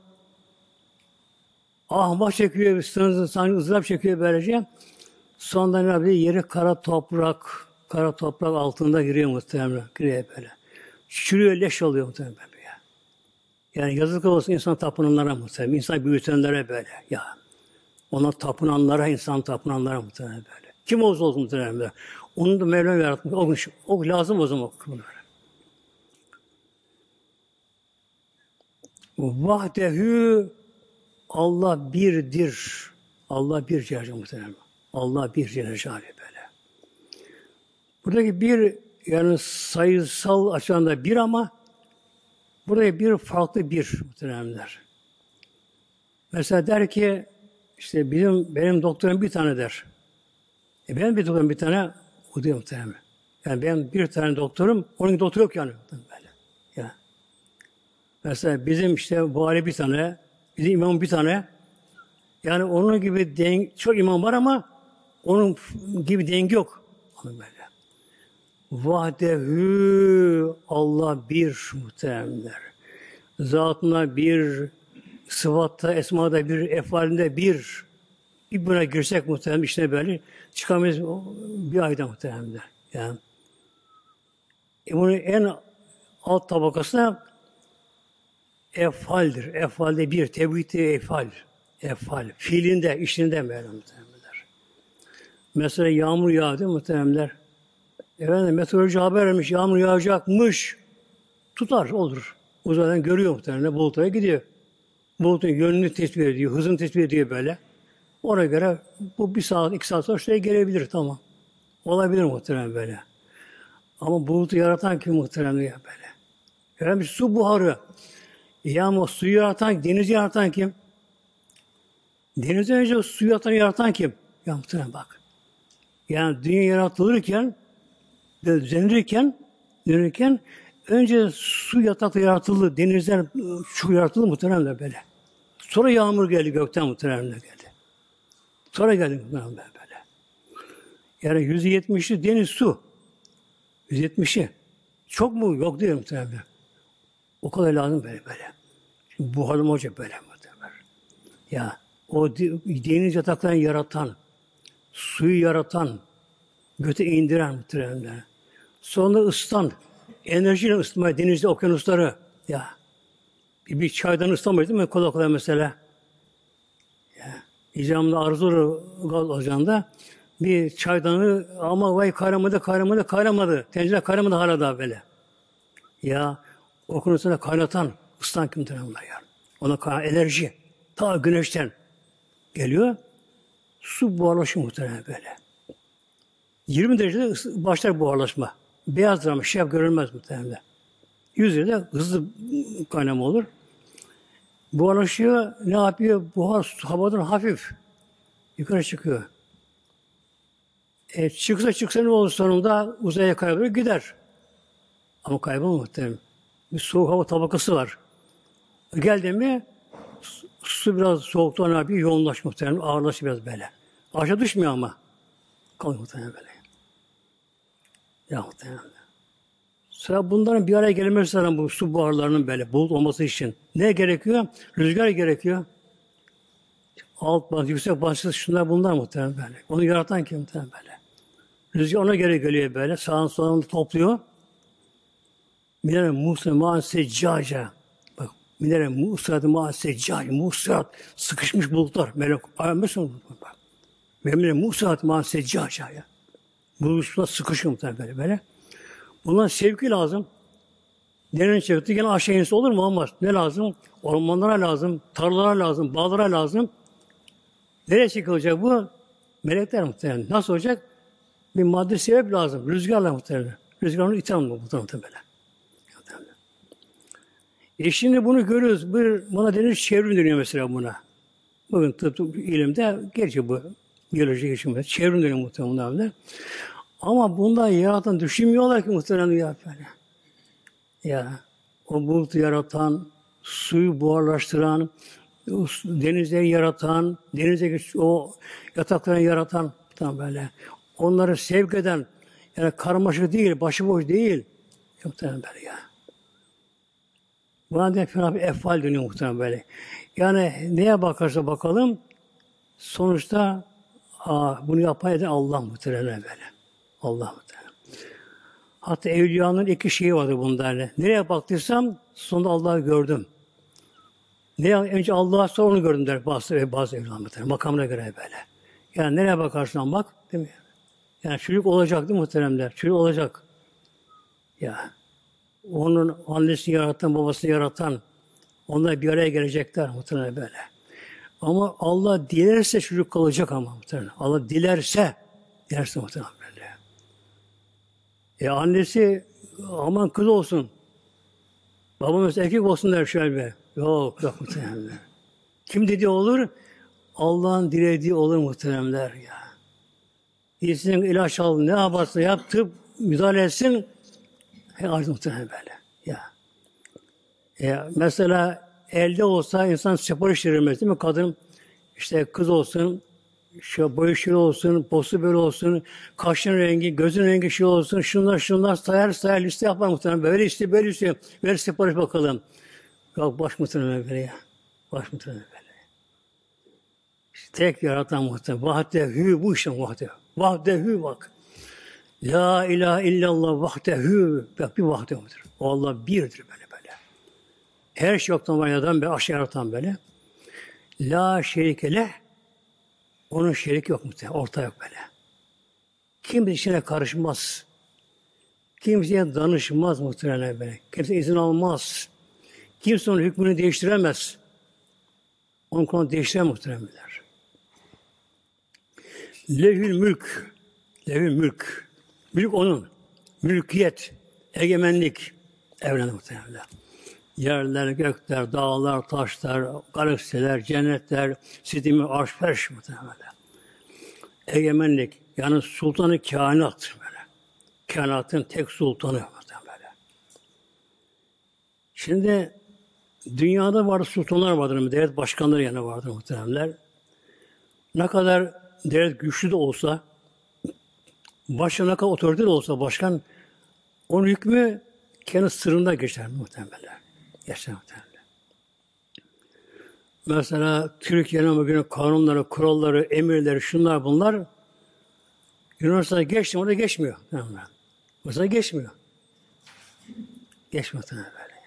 Ahmak çekiyor, sanki ızdırap çekiyor böylece. Sonunda ne yapıyor? Yeri kara toprak altında giriyor muhtemelen. Giriyor böyle. Çürüyor, leş oluyor muhtemelen. Yani yazık olsun insan tapınanlara muhtemelen. İnsan büyütenlere böyle. Ya. Ona tapınanlara, insan tapınanlara muhtemelen böyle. Kim olsun muhtemelen böyle. Onu da Mevlam yaratmış. O lazım o zaman. Vahdehü Allah birdir. Allah bir Celle muhtemelen. Allah bir Celle böyle. Buradaki bir yani sayısal açıdan da bir ama buraya bir farklı bir muhtemelenler. Mesela der ki işte benim doktorum bir tane der. Benim bir doktorum bir tane o diyor muhtemelen. Yani benim bir tane doktorum, onun doktoru yok yani. Böyle. Ya. Mesela bizim işte vali bir tane, Bizim imam bir tane. Yani onun gibi çok imam var ama onun gibi dengi yok. Onun böyle. Vahdehu Allah bir muhteremler. Zatına bir, sıfatta, esmada bir, efalinde bir. Bir buna girsek muhterem işine böyle çıkamayız bir ayda muhteremler. Yani. Bunun en alt tabakası da efaldir. Efalde bir, tevhid-i efal. Efal. Fiilinde, işinde böyle muhteremler. Mesela yağmur yağdı muhteremler. Efendim meteoroloji haber vermiş, yağmur yağacakmış. Tutar, olur. Uzaydan görüyor muhtemelen, bulutlara gidiyor. Bulutun yönünü tespit ediyor, hızını tespit ediyor böyle. Ona göre bu bir saat, 2 saat sonra şuraya gelebilir, tamam. Olabilir muhtemelen böyle. Ama bulutu yaratan kim muhtemelen ya böyle? Efendim su buharı. Ama suyu yaratan, denizi yaratan kim? Denizden önce suyu yaratan kim? Ya muhtemelen bak. Yani dünya yaratılırken, dönürken önce su yatakta yaratıldı, denizden şu yaratıldı muhtemelen böyle. Sonra yağmur geldi gökten muhtemelen geldi. Sonra geldi muhtemelen böyle. Yani 170'li deniz su. 170'i. Çok mu? Yok diyor muhtemelen. O kadar lazım böyle. Şimdi buharlama olacak böyle muhtemelen. Ya o deniz yataklarını yaratan, suyu yaratan, göte indiren muhtemelen. Sonra ısıtan, enerjiyle ısıtmaya, denizde okyanusları. Ya bir çaydan ıslamayız değil mi? Kolay kolay mesela. Ya, icamda arzu olacağında bir çaydanı ama vay kaynamadı. Tencere kaynamadı hala daha böyle. Ya okyanusuna kaynatan, ısıtan kimdir onlar ya? Ona kaynayan enerji. Ta güneşten geliyor. Su buharlaşıyor muhtemelen böyle. 20 derecede başlar buharlaşma. Beyazdır ama şeffaf görülmez muhtemelen. 100 derecede hızlı kaynama olur. Buharlaşıyor, ne yapıyor? Buhar havadan hafif yukarı çıkıyor. Çıksa ne olur sonunda uzaya kaybolur gider. Ama kaybolmaz muhtemelen. Bir soğuk hava tabakası var. Geldi mi su biraz soğukta ne yapıyor? Yoğunlaşıyor muhtemelen. Ağırlaşıyor biraz böyle. Aşağı düşmüyor ama. Kalıyor muhtemelen böyle. Ya muhtemelen. Sıra bunların bir araya gelmesi lazım bu su buharlarının böyle bulut olması için. Ne gerekiyor? Rüzgar gerekiyor. Alt bas, yüksek basınç şunlar bunlar muhtemelen böyle. Onu yaratan kim muhtemelen böyle. Rüzgar ona göre geliyor böyle. Sağın solunu topluyor. Minare Musa ma'an seccaca. Bak minare Musa ma'an seccaca. Musa sıkışmış bulutlar. Melek ayırmışsın. Minare Musa ma'an seccaca ya. Bulutlar sıkışıyor muhtemelen böyle. Bunların sevki lazım. Derenin çekti gene aşağı inse olur mu? Olmaz. Ne lazım? Ormanlara lazım, tarlalara lazım, bağlara lazım. Nereye çekilecek bu? Melekler muhtemelen. Nasıl olacak? Bir maddi sebep lazım. Rüzgarla muhtemelen. Rüzgarını iter muhtemelen böyle. Şimdi bunu görüyoruz. Buna denir çevrim deniyor mesela buna. Bugün tıp ilimde gerçi bu biyoloji geçimde çevrim deniyor muhtemelen. Ama bundan yaratan düşünmüyorlar ki muhtemelen ya böyle. Ya o bulutu yaratan, suyu buharlaştıran, denizleri yaratan, denize o yataklarını yaratan tam böyle. Onları sevk eden, yani karmaşık değil, başıboş değil. Muhtemelen böyle ya. Buna da fena bir efal dönüyor muhtemelen böyle. Yani neye bakarsa bakalım, sonuçta bunu yapan eden Allah muhtemelen böyle. Allah muhtemelen. Hatta evliyanın 2 şeyi vardı bunlarla. Nereye baktıysam sonunda Allah'ı gördüm. Önce Allah'a sonra onu gördüm der bazı evliyanlar. Makamına göre böyle. Yani nereye bakarsan bak, değil mi? Yani çocuk olacak değil mi muhteremler? Çocuk olacak. Ya onun annesini yaratan, babasını yaratan onlar bir araya gelecekler muhtemelen böyle. Ama Allah dilerse çocuk kalacak ama muhtemelen. Allah dilerse muhtemelen böyle. Annesi aman kız olsun. Babamız erkek olsun der şöyle. Yok muhtemelen. Kim dediği olur? Allah'ın dilediği olur muhteremler ya. İyisinden ilaç al, ne yaparsa yap, tıp müdahale etsin. Artık muhtemelen böyle. Ya. Mesela elde olsa insan sipariş verilmez değil mi? Kadın işte kız olsun, şu boyu şöyle olsun, postu böyle olsun, kaşın rengi, gözün rengi şey olsun, şunlar sayar liste yapar muhtemelen. Böyle işte böyle işte. Ver sipariş bakalım. Yok baş muhtemelen böyle ya. Baş muhtemelen böyle. İşte tek yaratan muhtemelen. Vahdehü bu işte vahdehü. Vahdehü bak. La ilahe illallah vahdehü. Bak bir vahdehüdür. O Allah birdir böyle. Her şey yoktan var yadan bir aşağı yaratan böyle. La şerike leh. Onun şeriki yok muhtemelen. Orta yok böyle. Kimse içine karışmaz. Kimseye danışmaz muhtemelen böyle. Kimse izin almaz. Kimse onun hükmünü değiştiremez. Onun konuda değiştiremez muhtemelenler. Lehül mülk. Lehül mülk. Mülk onun. Mülkiyet. Egemenlik. Evren muhtemelen. Yerler, gökler, dağlar, taşlar, galaksiler, cennetler, sidimi, arş, ferş muhtemelen. Egemenlik. Yani sultanı kainat böyle. Kainatın tek sultanı muhtemelen. Şimdi dünyada vardı sultanlar vardır, devlet başkanları yani vardır muhtemelenler. Ne kadar devlet güçlü de olsa, başka ne kadar otorite de olsa başkan, onun hükmü kendi sırrında geçer muhtemelen. Geçer muhtemelen. Mesela Türkiye'nin bugün kanunları, kuralları, emirleri, şunlar bunlar Yunanistan'a geçti, orada geçmiyor. Mesela geçmiyor. Geçmiyor böyle.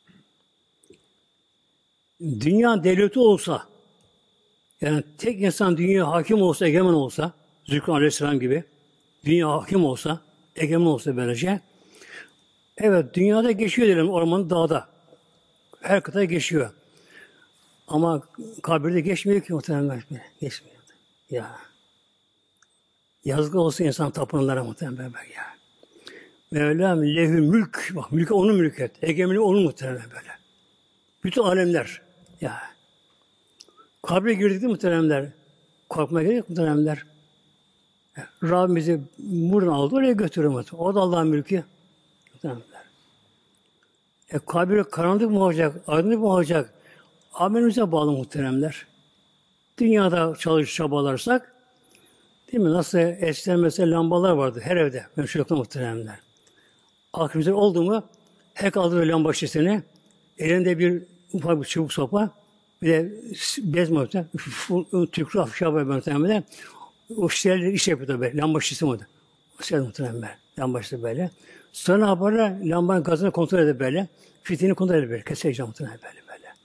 Dünya devleti olsa, yani tek insan dünya hakim olsa, egemen olsa, Zülkan Aleyhisselam gibi, dünya hakim olsa, egemen olsa böylece, evet dünyada geçiyor diyelim ormanın dağda. Her kıta geçiyor. Ama kabirde geçmiyor ki muhtemelen. Geçmiyor. Ya. Yazgı olsun insan tapınanlara muhtemelen böyle ya. Mevlam lehül mülk. Bak mülk onun mülkiyet. Egemenliği onun muhtemelen böyle. Bütün alemler. Ya. Kabre girdik muhteremler. Korkmaya gerek muhteremler. Rabbim bizi buradan aldı oraya götürüyor. O da Allah'ın mülkü. Muhteremler. Kabir karanlık mı olacak? Aydınlık mı olacak? Amelimize bağlı muhteremler. Dünyada çalış çabalarsak değil mi? Nasıl eskiden mesela lambalar vardı her evde. Ben çocuklar muhteremler. Aklımızda oldu mu her kaldırıyor lamba şişesini. Elinde bir ufak bir çubuk sopa. Bir de bez muhtemelen. Tükrü hafif yapıyor muhtemelen. O şişelerle iş yapıyor tabii. Lamba şişesi mi o da? O şişeler muhtemelen. Lamba şişesi böyle. Sonra ne yaparlar? Lambanın gazını kontrol edip böyle. Fitini kontrol edip böyle. Keseceğim muhtemelen böyle.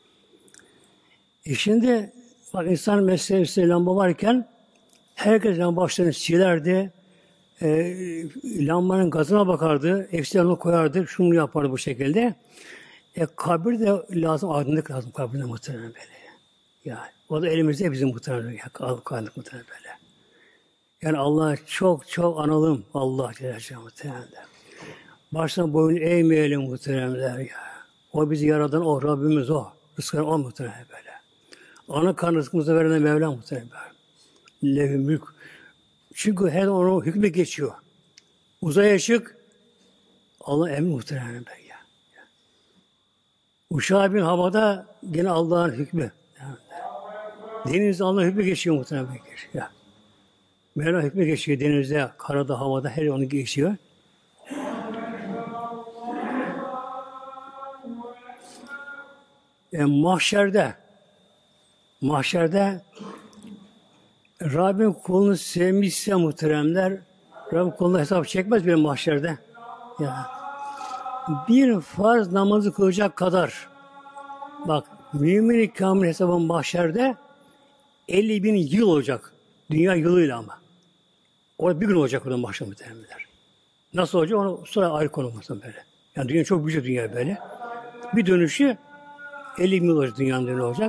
Şimdi bak insan mesleğinde lamba varken herkes lamba başlarını silerdi. Lambanın gazına bakardı. Eksilerini koyardı. Şunu yapardı bu şekilde. Kabir de lazım. Aydınlık lazım kabirde muhtemelen böyle. Yani, o da elimizde bizim muhtemelen. Karanlık muhtemelen böyle. Yani Allah çok çok analım. Allah Celle muhtemelen. Baştan boyun eğmeyelim muhtemelenler ya. O bizi yaradan o. Rabbimiz o. Rızkını o muhtemelen böyle. Ana kan rızkımızı veren Mevla muhtemelen. Lehü mülk. Çünkü her onun hükmü geçiyor. Uzaya çık, Allah emri muhtemelen ben ya. Uçağa bin havada gene Allah'ın hükmü. Denizde Allah'ın hükmü geçiyor muhtemelen. Ya. Mevla hükmü geçiyor denizde, karada, havada her onu geçiyor. Mahşerde Rabbim kulunu sevmişse muhteremler, Rabbim kuluna hesap çekmez bir mahşerde. Ya. Bir farz namazı kılacak kadar, bak mümin-i kamil hesabı mahşerde 50.000 yıl olacak. Dünya yılıyla ama. Orada bir gün olacak orada mahşer muhteremler. Nasıl olacak onu sonra ayrı konu böyle. Yani dünya çok büyük dünya böyle. Bir dönüşü 50.000 yıl olacak dünyanın dönüşü olacak.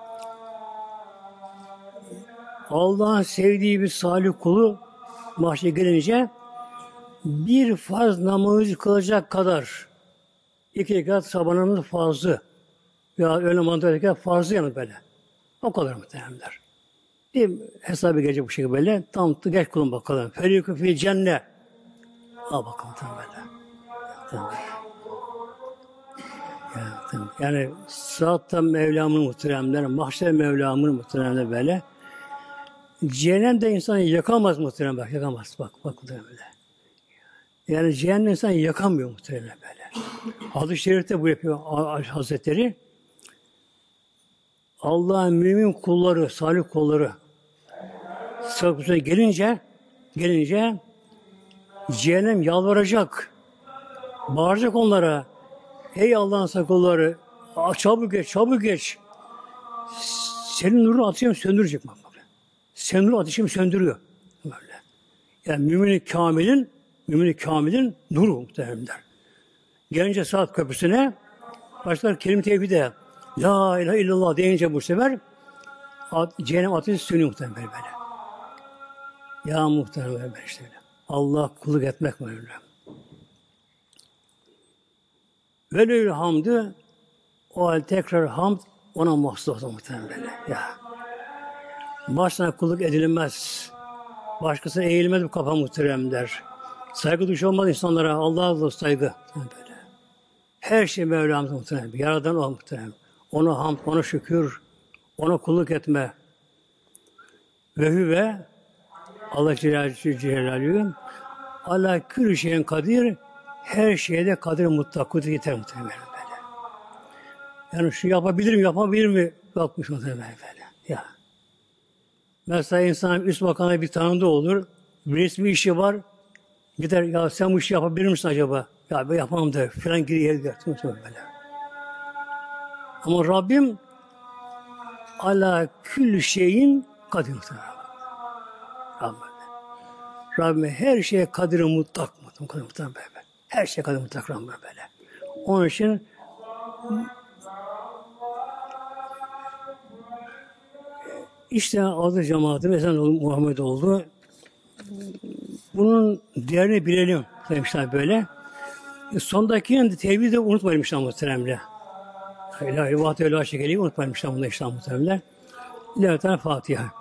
Allah'ın sevdiği bir salih kulu mahşere gelince bir farz namazı kılacak kadar 2 rekat sabah namazı farzı veya öğle namazı farzı yanı böyle. O kadar muhtemelenler. Bir hesabı gelecek bu şekilde böyle. Tam geç kulun bakalım. Ferikü fil cennet. Al bakalım tam böyle. Tamam. Ya. Yani sıratta Mevlam'ın muhteremler, mahşer Mevlam'ın muhteremler böyle. Cehennem de insanı yakamaz muhterem bak, yakamaz. Bak muhteremler. Yani cehennem insanı yakamıyor muhteremler böyle. Hadis-i Şerif'te bu yapıyor Hazretleri. Allah'ın mümin kulları, salih kulları sıra gelince cehennem yalvaracak, bağıracak onlara. Ey Allah'ın sakulları, çabuk geç. Senin nurunu ateşimi söndürecek bak. Senin nurunu ateşimi söndürüyor. Böyle. Yani mümini kamilin nuru muhteremler. Gelince saat köprüsüne başlar kelime-i tevhide. La ilahe illallah deyince bu sefer cehennem ateşi sönüyor muhterem böyle. Ya muhterem böyle işte öyle. Allah kulluk etmek böyle. Velül hamdü o hal tekrar hamd ona mahsus olsun muhterem böyle. Ya. Başına kulluk edilmez. Başkasına eğilmez bu kafa muhteremler. Saygı duyuş olmaz insanlara. Allah'a saygı. Böyle. Her şey Mevlam'da muhterem. Yaradan o muhterem. Ona hamd, ona şükür, ona kulluk etme. Ve hüve Allah Celaluhu ala külü şeyin kadir, her şeyde kadir mutlak, kudret yeter muhtemelen böyle. Yani şu yapabilir mi? Bakmış muhtemelen böyle. Ya. Mesela insan üst makana bir tanımda olur, resmi işi var, gider ya sen bu işi yapabilir misin acaba? Ya ben yapamam der, falan giriyor böyle. Ama Rabbim ala külü şeyin kadir muhtemelen. Rabbim her şeye kadiri mutlak böyle. Her şeye kadiri mutlak Rabbim böyle. Onun için işte adı cemaati mesela Muhammed oldu. Bunun değerini bilelim demişler böyle. Sondaki tevhidi de unutmaymışlar muhteremler. İlahi vahdü la şerike lehu unutmaymışlar bunda işte muhteremler. İlahi Teala Fatiha.